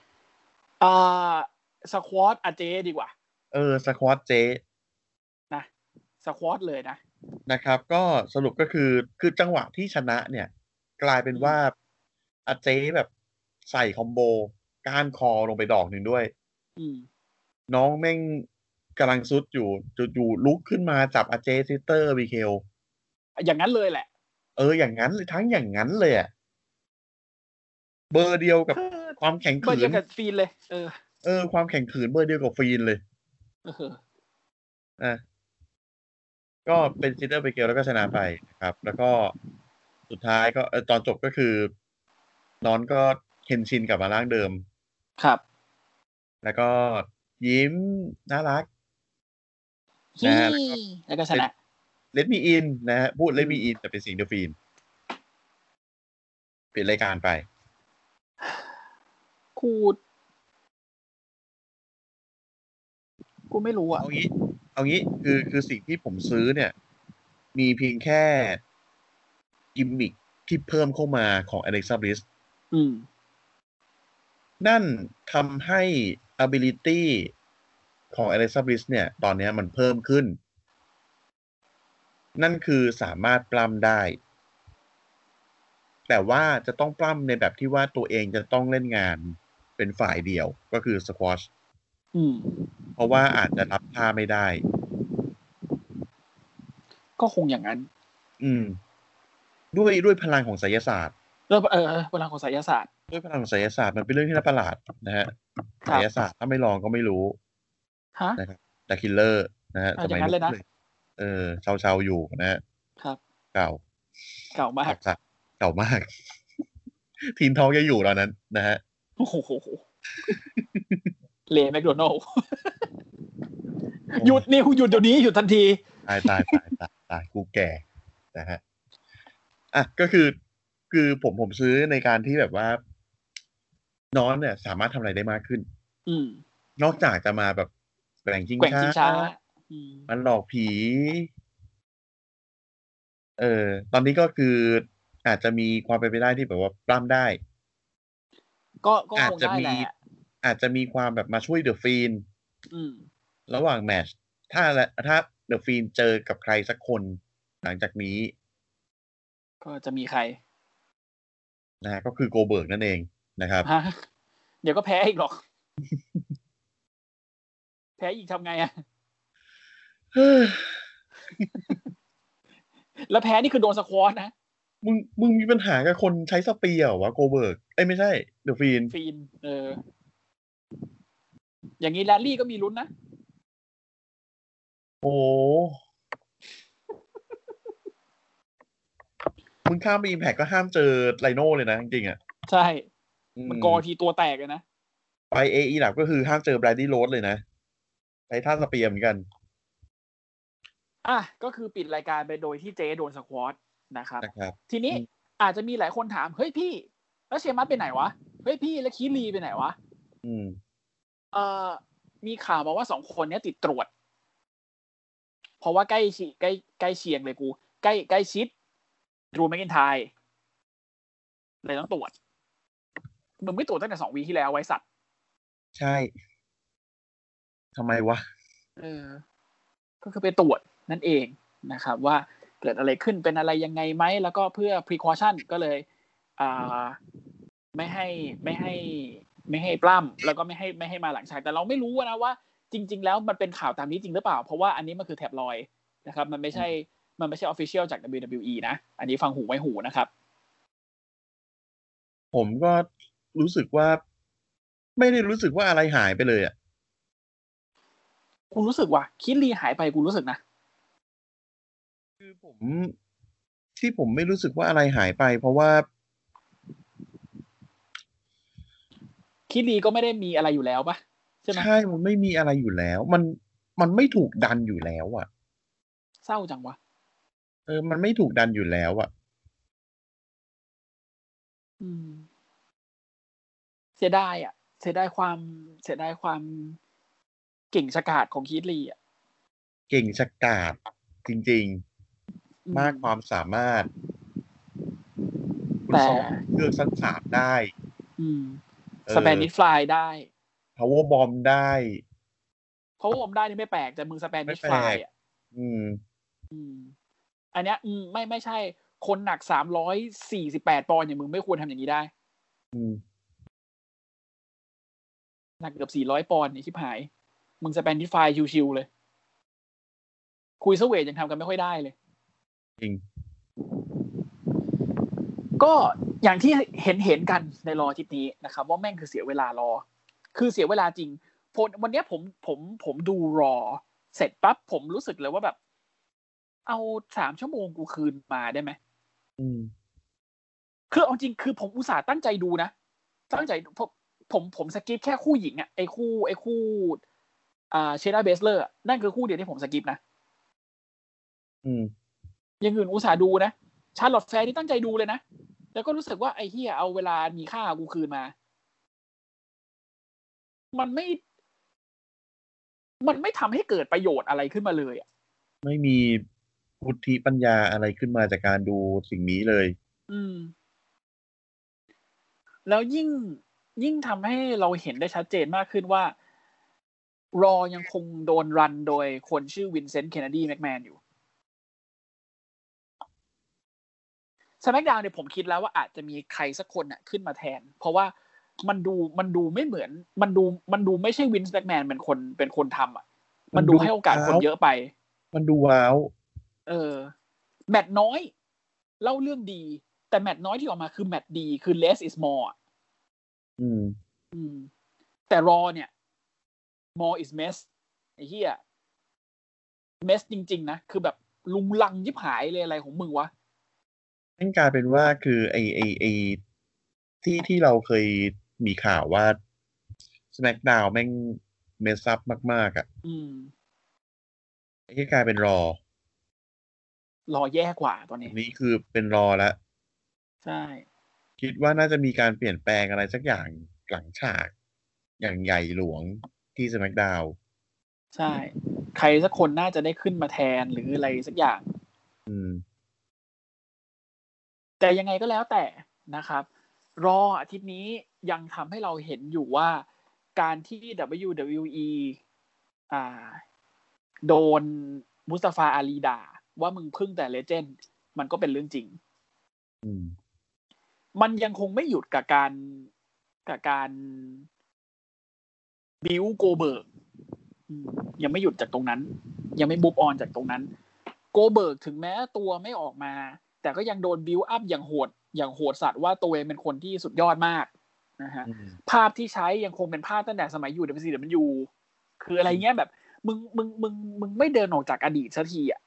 Speaker 3: สควอตอาเจดีกว่า
Speaker 2: สควอตเจ
Speaker 3: นะสควอตเลย
Speaker 2: นะครับก็สรุปก็คือจังหวะที่ชนะเนี่ยกลายเป็นว่าอาเจแบบใส่คอมโบก้านคอลงไปดอกหนึ่งด้วยน้องแม่งกำลังซุดอยู่ลุกขึ้นมาจับอาเจซิสเตอร์วีเคล
Speaker 3: อย่างนั้นเลยแหละ
Speaker 2: อย่างนั้นเลยทั้งอย่างนั้นเลยอ่ะเบอร์เดียวกับความแข็งขืน
Speaker 3: เบอร์เดียวกับฟีนเลย
Speaker 2: ความแข็งขืนเบอร์เดียวกับฟีนเลยก็เป็นซิสเตอร์วีเคลแล้วก็ชนะไปนะครับแล้วก็สุดท้ายก็ตอนจบก็คือนอนก็เคนชินกลับมาร่างเดิม
Speaker 3: ครับ
Speaker 2: แล้วก็ยิ้มน่ารัก
Speaker 3: นะแล้วก็ชนะ
Speaker 2: เลทมีอินนะฮะพูดเลทมีอินแต่เป็นสิงเดอร์ฟีนปิดรายการไป
Speaker 3: กูไม่รู้อ่ะ
Speaker 2: เอางี้คือสิ่งที่ผมซื้อเนี่ยมีเพียงแค่กิมมิคที่เพิ่มเข้ามาของ Alexa Bliss นั่นทำให้ ability ของ Alexa Bliss เนี่ยตอนนี้มันเพิ่มขึ้นนั่นคือสามารถปล้ำได้แต่ว่าจะต้องปล้ำในแบบที่ว่าตัวเองจะต้องเล่นงานเป็นฝ่ายเดียวก็คือสควอชเพราะว่าอาจจะรับท่าไม่ได้
Speaker 3: ก็คงอย่างนั้น
Speaker 2: ด้วยพลังของไสยศาสตร์
Speaker 3: พลังของไสยศาสตร์
Speaker 2: ด้วยพลังของไสยศาสตร์มันเป็นเรื่องที่น่าประหลาดนะฮะไสยศาสตร์ถ้าไม่ลองก็ไม่รู้นะครับแต่คิลเลอร์นะฮะสมัยนู้นเลยชาวอยู่นะฮะ
Speaker 3: ครับ
Speaker 2: เก่าม
Speaker 3: าก
Speaker 2: เก่ามากทีมทองยังอยู่ตอนนั้นนะฮะ
Speaker 3: โอ้โหเลแมคโดนัลด์หยุดนิวหยุดเดี๋ยวนี้หยุดทันที
Speaker 2: ตายกูแก่นะฮะอ่ะก็คือผมซื้อในการที่แบบว่าน้องเนี่ยสามารถทำอะไรได้มากขึ้นนอกจากจะมาแบบแกว่งชิงช้ามันหลอกผีตอนนี้ก็คืออาจจะมีความเป็นไปได้ที่แบบว่าปล้ำได้
Speaker 3: ก็อา
Speaker 2: จจะมีความแบบมาช่วยเดอะฟีนระหว่างแมตช์ถ้าเดอะฟีนเจอกับใครสักคนหลังจากนี้
Speaker 3: ก็จะมีใคร
Speaker 2: นะก็คือโกเบิร์กนั่นเองนะครับ
Speaker 3: เดี๋ยวก็แพ้อีกหรอกแพ้อีกทำไงอะแล้วแพ้นี่คือโดนสควอตนะ
Speaker 2: มึงมีปัญหากับคนใช้สเปียร์เหรอวะโกเบิร์กไม่ใช่เดอะฟีน
Speaker 3: อย่างนี้แรลลี่ก็มีลุ้นนะ
Speaker 2: โอ้มึงข้ามไปอิมแพคก็ห้ามเจอไลโน่เลยนะจริงๆอ่ะ
Speaker 3: ใช่มันกอทีตัวแตกเลยนะ
Speaker 2: ไปเอหลักก็คือห้ามเจอแบรดดี้โรสเลยนะใช้ท่าสเปียร์เหมือนกัน
Speaker 3: ก็คือปิดรายการไปโดยที่เจโดนสควอตนะครับทีนี้อาจจะมีหลายคนถามเฮ้ยพี่แล้วเชมัสไปไหนวะเฮ้ยพี่แล้วคีรีไปไหนวะมีข่าวมาว่า2คนนี้ติดตรวจเพราะว่าใกล้เชียงเลยกูใกล้ชิดดรูว์แมคอินไทร์เลยต้องตรวจมึงไม่ตรวจตั้งแต่2 วีที่แล้วไว้สัตว์
Speaker 2: ใช่ทำไมวะ
Speaker 3: ก็คือไปตรวจนั่นเองนะครับว่าเกิดอะไรขึ้นเป็นอะไรยังไงไหมแล้วก็เพื่อ precaution ก็เลยไม่ให้ปล้ำแล้วก็ไม่ให้มาหลังฉากแต่เราไม่รู้นะว่าจริงๆแล้วมันเป็นข่าวตามนี้จริงหรือเปล่าเพราะว่าอันนี้มันคือแท็บลอยด์นะครับมันไม่ใช่ official จาก WWE นะอันนี้ฟังหูไว้หูนะครับ
Speaker 2: ผมก็รู้สึกว่าไม่ได้รู้สึกว่าอะไรหายไปเลยอ่ะ
Speaker 3: กูรู้สึกว่าคิดลีหายไปกูรู้สึกนะ
Speaker 2: คือผมไม่รู้สึกว่าอะไรหายไปเพราะว่า
Speaker 3: คิดลีก็ไม่ได้มีอะไรอยู่แล้วป่ะใช่ไหม
Speaker 2: ใช่มันไม่มีอะไรอยู่แล้วมันไม่ถูกดันอยู่แล้วอ่ะ
Speaker 3: เศร้าจังวะ
Speaker 2: มันไม่ถูกดันอยู่แล้วอ่ะ
Speaker 3: เสียดายความเก่งฉกาจของคิดลีอ่ะ
Speaker 2: เก่งฉกาจจริงๆมากความสามารถ
Speaker 3: แต่
Speaker 2: เครื่องสั้นสาดได้
Speaker 3: สเปนิชฟลายได้
Speaker 2: power bomb ได้
Speaker 3: power bomb ได้นี่ไม่แปลกแต่มึงสเปนิชฟลายอ่ะอันเนี้ยไม่ใช่คนหนัก348 ปอนด์อย่างมึงไม่ควรทำอย่างนี้ได้หนักเกือบ400 ปอนด์นี่ชิบหายมึงสเปนิชฟลายชิวๆเลยคุยเซเวทยังทำกันไม่ค่อยได้เลย
Speaker 2: จริง
Speaker 3: ก็อย่างที่เห็นกันในรออาทิตย์นี้นะครับว่าแม่งคือเสียเวลารอคือเสียเวลาจริงวันนี้ผมดูรอเสร็จปั๊บผมรู้สึกเลยว่าแบบเอา3 ชั่วโมงกูคืนมาได้ไหมคือเอาจริงคือผมอุตส่าห์ตั้งใจดูนะตั้งใจผมสกิปแค่คู่หญิงอ่ะไอ้คู่เชน่าเบสเลอร์นั่นคือคู่เดียวที่ผมสกิปนะอย่างอื่นอุตส่าห์ดูนะชาร์ลอตแฟร์นี่ตั้งใจดูเลยนะแล้วก็รู้สึกว่าไอ้เหี้ยเอาเวลามีค่ากูคืนมามันไม่ทำให้เกิดประโยชน์อะไรขึ้นมาเลยอ่ะ
Speaker 2: ไม่มีพุทธิปัญญาอะไรขึ้นมาจากการดูสิ่งนี้เลย
Speaker 3: แล้วยิ่งทำให้เราเห็นได้ชัดเจนมากขึ้นว่ารอยังคงโดนรันโดยคนชื่อวินเซนต์เคนเนดีแม็กแมนอยู่สแมคดาวน์เนี่ยผมคิดแล้วว่าอาจจะมีใครสักคนน่ะขึ้นมาแทนเพราะว่ามันดูไม่เหมือนมันดูไม่ใช่วินส์แม็กแมนเป็นคนทำอ่ะมันดูให้โอกาสคนเยอะไป
Speaker 2: มันดูว้าว
Speaker 3: แมตช์น้อยเล่าเรื่องดีแต่แมตช์น้อยที่ออกมาคือแมตช์ดีคือ less is more แต่รอเนี่ย more is mess ไอ้เหี้ย mess จริงๆนะคือแบบลุงลังยิบหายเลยอะไรของมึงวะ
Speaker 2: นั่นกลายเป็นว่าคือไอที่เราเคยมีข่าวว่า SmackDown แม่งเมสซับมากๆอ่ะไอ้ที่กลายเป็นรอ
Speaker 3: แย่กว่าตอนนี้
Speaker 2: นี่คือเป็นรอแล้ว
Speaker 3: ใช่
Speaker 2: คิดว่าน่าจะมีการเปลี่ยนแปลงอะไรสักอย่างหลังฉากอย่างใหญ่หลวงที่ SmackDown
Speaker 3: ใช่ใครสักคนน่าจะได้ขึ้นมาแทนหรืออะไรสักอย่างแต่ยังไงก็แล้วแต่นะครับรออาทิตย์นี้ยังทำให้เราเห็นอยู่ว่าการที่ WWE โดนมุสตาฟาอาลีด่าว่ามึงพึ่งแต่เลเจนด์มันก็เป็นเรื่องจริงมันยังคงไม่หยุดกับการบิวโกเบิร์กยังไม่หยุดจากตรงนั้นยังไม่บูฟออนจากตรงนั้นโกเบิร์กถึงแม้ตัวไม่ออกมาแต่ก็ยังโดนบิวอัพอย่างโหดสัตว์ว่าตัวเองเป็นคนที่สุดยอดมากนะฮะภาพที่ใช้ยังคงเป็นภาพตั้งแต่สมัยอยู่ WCW คืออะไรเงี้ยแบบมึงไม่เดินออกจากอดีตสักทีอ่ะ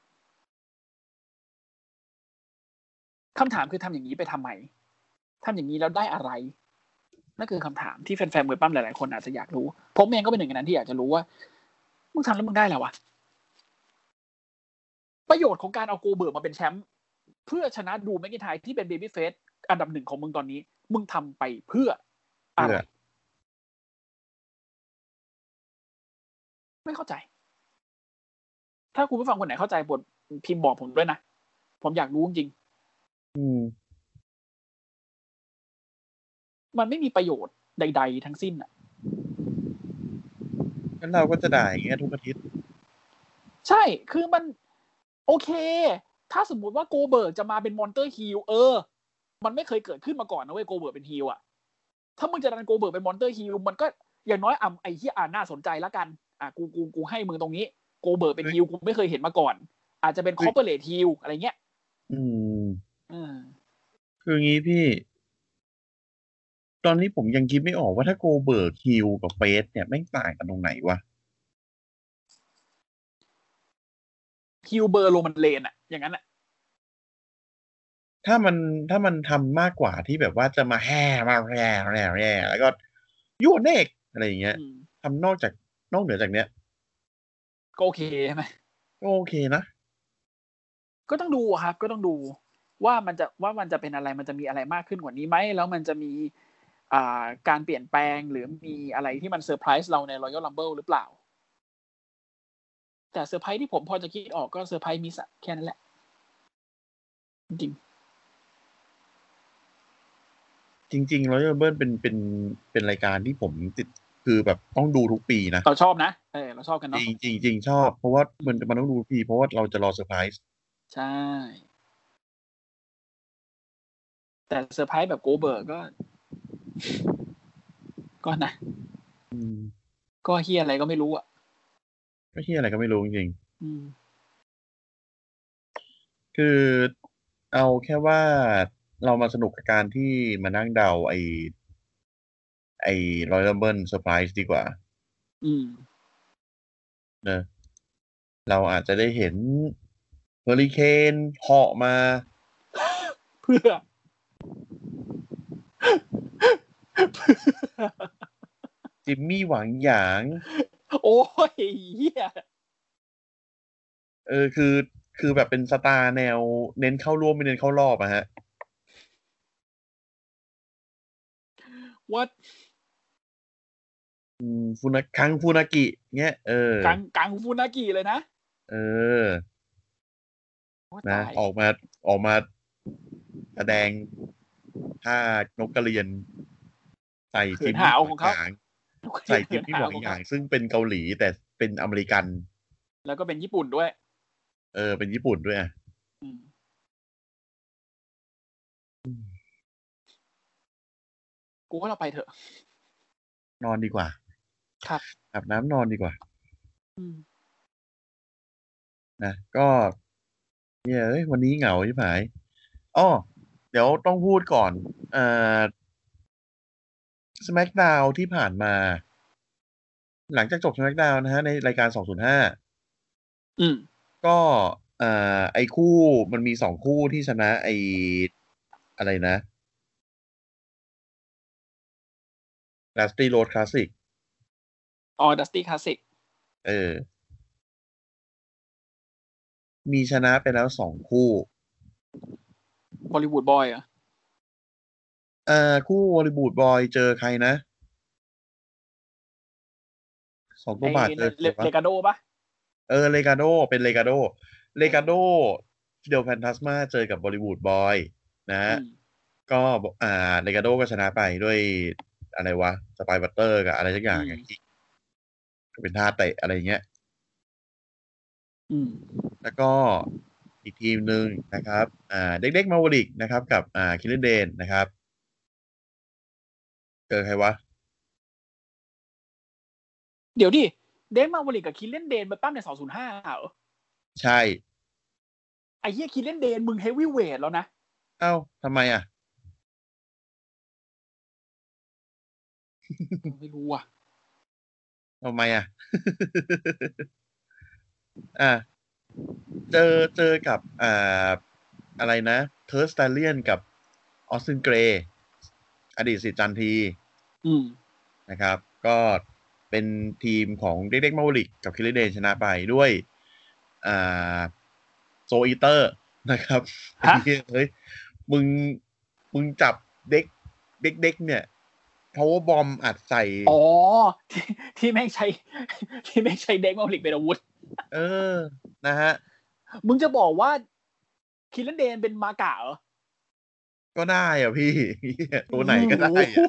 Speaker 3: คำถามคือทำอย่างนี้ไปทำไมทำอย่างนี้แล้วได้อะไรนั่นคือคำถามที่แฟนๆมวยปั้มหลายๆคนอาจจะอยากรู้ผมเองก็เป็นหนึ่งในนั้นที่อยากจะรู้ว่ามึงทำแล้วมึงได้แล้ววะประโยชน์ของการเอาโกเบิร์กมาเป็นแชมป์เพื่อชนะดูแมคอินไทร์ที่เป็นเบบี้เฟสอันดับ1ของมึงตอนนี้มึงทำไปเพื่ออะไรไม่เข้าใจถ้าคุณผู้ฟังคนไหนเข้าใจบทพิมพ์บอกผมด้วยนะผมอยากรู้จริงมันไม่มีประโยชน์ใดๆทั้งสิ้นอ่ะ
Speaker 2: งั้นเราก็จะด่าอย่างเงี้ยทุกอาทิตย์
Speaker 3: ใช่คือมันโอเคถ้าสมมุติว่าโกเบิร์กจะมาเป็นมอนเตอร์ฮีลมันไม่เคยเกิดขึ้นมาก่อนนะเว้ยโกเบิร์กเป็นฮีลอ่ะถ้ามึงจะดันโกเบิร์กเป็นมอนเตอร์ฮีลมันก็อย่างน้อยไอ้ที่น่าสนใจแล้วกันกูให้มึงตรงนี้โกเบิร์กเป็นฮีลกูไม่เคยเห็นมาก่อนอาจจะเป็นคอร์ปอเรทฮีลอะไรเงี้ย
Speaker 2: คืองี้พี่ตอนนี้ผมยังคิดไม่ออกว่าถ้าโกเบิร์กฮิลกับเฟสเนี่ยแม่งต่างกันตรงไหนวะ
Speaker 3: ฮิลเบอร์โรมันเลนอะอย่างนั้นอะ
Speaker 2: ถ้ามันทำมากกว่าที่แบบว่าจะมาแห่มาแห่แล้วก็ยูเนกอะไรอย่างเงี้ยทำนอกเหนือจากเนี้ย
Speaker 3: ก็โอเคใช่ไหม
Speaker 2: ก็โอเคนะ
Speaker 3: ก็ต้องดูครับก็ต้องดูว่ามันจะเป็นอะไรมันจะมีอะไรมากขึ้นกว่านี้ไหมแล้วมันจะมีการเปลี่ยนแปลงหรือมีอะไรที่มันเซอร์ไพรส์เราใน Royal Rumble หรือเปล่าแต่เซอร์ไพรส์ที่ผมพอจะคิดออกก็เซอร์ไพรส์มิสแค่นั้นแหละจ
Speaker 2: ริงๆ Royal Rumble เป็นรายการที่ผมติดคือแบบต้องดูทุกปีนะ
Speaker 3: เราชอบนะเราชอบกันเนาะ
Speaker 2: จริงชอบเพราะว่ามันต้องดูทุกปีเพราะว่าเราจะรอเซอร์ไพรส์
Speaker 3: ใช่แต่เซอร์ไพรส์แบบโกเบิร์กก็นะก็เฮียอะไรก็ไม่รู้อ่ะ
Speaker 2: ก็เฮียอะไรก็ไม่รู้จริงๆคือเอาแค่ว่าเรามาสนุกกับการที่มานั่งเดาไอ้ Royal Rumble Surprise ดีกว่าเนอะเราอาจจะได้เห็นเฮอริเคนเหาะมา
Speaker 3: เพื่อ
Speaker 2: จิมมี่หวังหยาง
Speaker 3: โอ้ยเฮีย
Speaker 2: คือแบบเป็นสตาร์แนวเน้นเข้าร่วมไม่เน้นเข้ารอบอะฮะ
Speaker 3: วัด
Speaker 2: คังฟูนากิเงี้ย
Speaker 3: กังฟูนากิเลยนะ
Speaker 2: นะออกมาแสดงท่านกกระเรียนใส่จิมมี่หวังหยางใส่จิมมี่หวังหยางซึ่งเป็นเกาหลีแต่เป็นอเมริกัน
Speaker 3: แล้วก็เป็นญี่ปุ่นด้วย
Speaker 2: เป็นญี่ปุ่นด้วย
Speaker 3: กูว่าเราไปเถอะ
Speaker 2: นอนดีกว่า
Speaker 3: ครับ
Speaker 2: อาบน้ำนอนดีกว่านะก็เนี่ยวันนี้เหงาใช่ไหมอ้อเดี๋ยวต้องพูดก่อนSmackDown ที่ผ่านมาหลังจากจบ SmackDown นะฮะในรายการ205
Speaker 3: อืม
Speaker 2: ก็ไอ้คู่มันมี2คู่ที่ชนะไอ้อะไรนะ Dusty Road Classic
Speaker 3: อ๋อ Dusty Classic
Speaker 2: เออมีชนะไปแล้ว2คู่
Speaker 3: Bollywood Boy เหรอ
Speaker 2: คู่ Hollywood Boy เจอใครนะ2ตัวบาทเจอใครวะ
Speaker 3: เลกาโดปะ
Speaker 2: เลกาโดเป็นเลกาโดฟิเดลแฟนตาสมาเจอกับบอลิวูดบอยนะฮะก็เลกาโดก็ชนะไปด้วยอะไรวะสไปบัตเตอร์กับอะไรสักอย่างก็เป็นท่าเตะอะไรเงี้ยแล้วก็อีกทีมหนึ่งนะครับเด็กๆมาวลิกนะครับกับคิลเลนเดนนะครับเจอใครวะ
Speaker 3: เดี๋ยวดิเดนมาวลิกกับคิลเลนเดนมาปั้มใน205เหรอ
Speaker 2: ใช่
Speaker 3: ไอ้เหี้ยคิลเลนเดนมึงเฮฟวี่เวทแล้วนะ
Speaker 2: เอ้าทำไมอ่ะ
Speaker 3: ไม่รู้อ่ะ
Speaker 2: ทำไมอ่ะ อ่ะเจอกับอะไรนะเทอร์สไตเลียนกับออสตินเกรย์อดีตศิษย์จันทีนะครับ ก็เป็นทีมของเด็กๆมาวลิกกับคิริเดนชนะไปด้วยโซอีเตอร์นะครับเฮ้ยมึงจับเด็กเนี่ย power bomb อัดใส่
Speaker 3: อ๋อที่แม่งใช้เด็กมาวลิกเป็นอาวุธ
Speaker 2: นะฮะ
Speaker 3: มึงจะบอกว่าคิลเลนเดนเป็นมากะเหรอ
Speaker 2: ก็ได้อ่ะพี่ตัวไหนก็ได้อ่ะ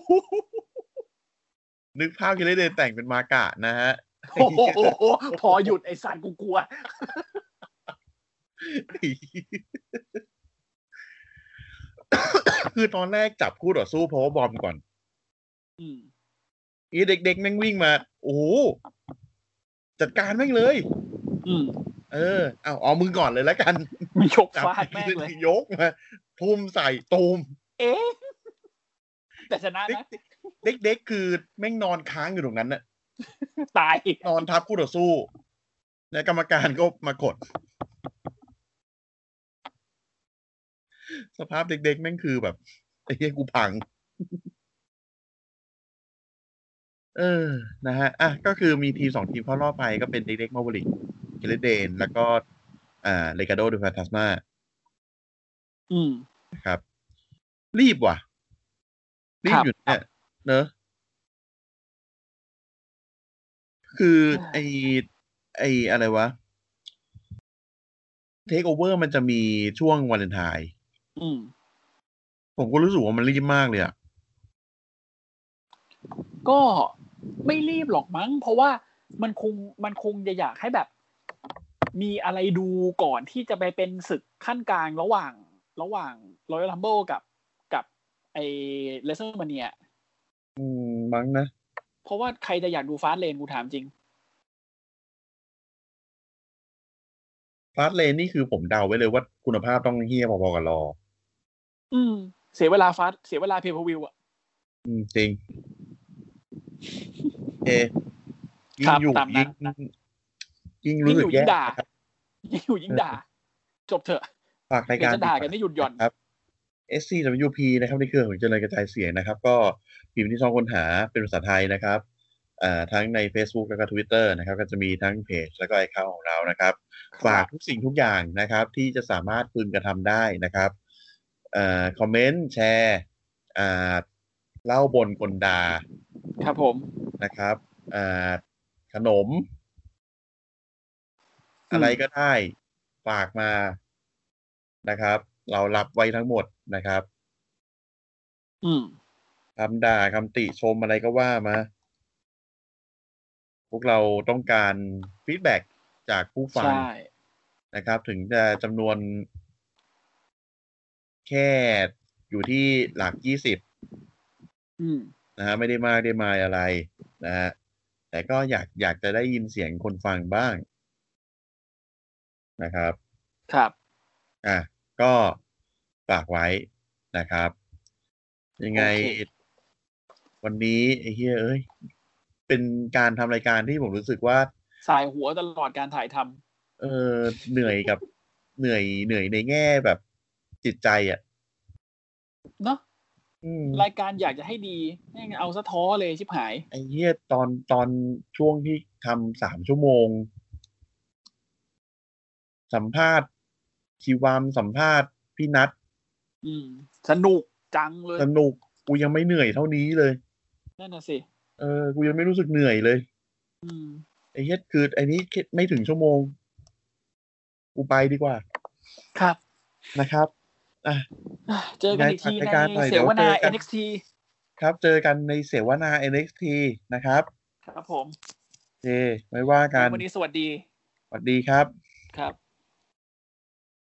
Speaker 2: นึกภาพคิลเลนเดนแต่งเป็นมากะนะฮะ
Speaker 3: พอหยุดไอ้สัตว์กูกลัว
Speaker 2: คือตอนแรกจับคู่ต่อสู้เพราะว่าบอมก่อนอีเด็กๆแม่งวิ่งมาโอ้โหจัดการแม่งเลยเอามึงก่อนเลยแล้วกัน
Speaker 3: มียกฟาดแม่งเลย
Speaker 2: ยกมาทุ่มใส่ตูม
Speaker 3: แต่ชนะนะ
Speaker 2: เด็กๆคือแม่งนอนค้างอยู่ตรงนั้นน่ะ
Speaker 3: ตาย
Speaker 2: นอนทับคู่ต่อสู้แล้วกรรมการก็มากดสภาพเด็กๆแม่งคือแบบไอ้เหี้ยกูพังนะฮะก็คือมีทีม2ทีมเข้ารอบไปก็เป็นเด็กๆมาบริกคิลเลเดนแล้วก็เลกาโดดูแฟนตาสมานะครับรีบว่ะรีบอยู่เนี่ยเนอะคือไออะไรวะเทคโอเวอร์มันจะมีช่วงวาเลนไทน์ผมก็รู้สึกว่ามันรีบมากเลยอ่ะ
Speaker 3: ก็ไม่รีบหรอกมั้งเพราะว่ามันคงจะอยากให้แบบมีอะไรดูก่อนที่จะไปเป็นศึกขั้นกลางระหว่างRoyal Rumble กับไอ้ WrestleMania
Speaker 2: มั้งนะ
Speaker 3: เพราะว่าใครจะอยากดูฟาสต์เลนกูถามจริง
Speaker 2: ฟาสต์เลนนี่คือผมเดาไว้เลยว่าคุณภาพต้องเฮี้ยพอๆกับรอ
Speaker 3: เสียเวลาเสียเวลาเพย์เพอร์วิวอ่ะ
Speaker 2: จริงยิ่งอยู่ยิ่งรู้สึกแย่
Speaker 3: ยิ่งอยู่ยิ่งด่าจบเถอะ
Speaker 2: ฝากรายการ
Speaker 3: จะด่ากันไม่หยุดหย่อน
Speaker 2: ครับ SCWP นะครับในเครือของเจริญกระจายเสียงนะครับก็พิมพ์ที่ช่องค้นหาเป็นภาษาไทยนะครับทั้งใน Facebook แล้วก็ Twitter นะครับก็จะมีทั้งเพจแล้วก็ไอคอนของเรานะครับฝากทุกสิ่งทุกอย่างนะครับที่จะสามารถพึงกระทำได้นะครับคอมเมนต์แชร์เล่าบนกลดา
Speaker 3: ครับผม
Speaker 2: นะครับขนมอะไรก็ได้ฝากมานะครับเรารับไว้ทั้งหมดนะครับคำด่าคำติชมอะไรก็ว่ามาพวกเราต้องการฟีดแบ็กจากผู้ฟังนะครับถึงจะจำนวนแค่อยู่ที่หลัก20นะฮะไม่ได้มากได้มาอะไรนะฮะแต่ก็อยากจะได้ยินเสียงคนฟังบ้างนะครับ
Speaker 3: ครับ
Speaker 2: ก็ฝากไว้นะครับยังไงวันนี้ไอ้เหี้ยเป็นการทำรายการที่ผมรู้สึกว่า
Speaker 3: สายหัวตลอดการถ่ายทำ
Speaker 2: เหนื่อยกับเหนื่อยในแง่แบบจิตใจ
Speaker 3: เนาะรายการอยากจะให้ดีแม่งเอาซะท้อเลยชิบหาย
Speaker 2: ไอ้เหี้ยตอนช่วงที่ทำ3 ชั่วโมงสัมภาษณ์ชีวามสัมภาษณ์พี่นัท
Speaker 3: สนุกจังเลย
Speaker 2: สนุกกูยังไม่เหนื่อยเท่านี้เลย
Speaker 3: นั่นน่ะสิ
Speaker 2: กูยังไม่รู้สึกเหนื่อยเลยไอ้เหี้ยคือไอ้นี้ไม่ถึงชั่วโมงกูไปดีกว่า
Speaker 3: ครับ
Speaker 2: นะครับ
Speaker 3: เจอกันอีกทีในเสวนา NXT
Speaker 2: ครับเจอกันในเสวนา NXT นะครับ
Speaker 3: ครับผม
Speaker 2: โอเคไม่ว่ากัน
Speaker 3: วันนี้สวัสดี
Speaker 2: ครับ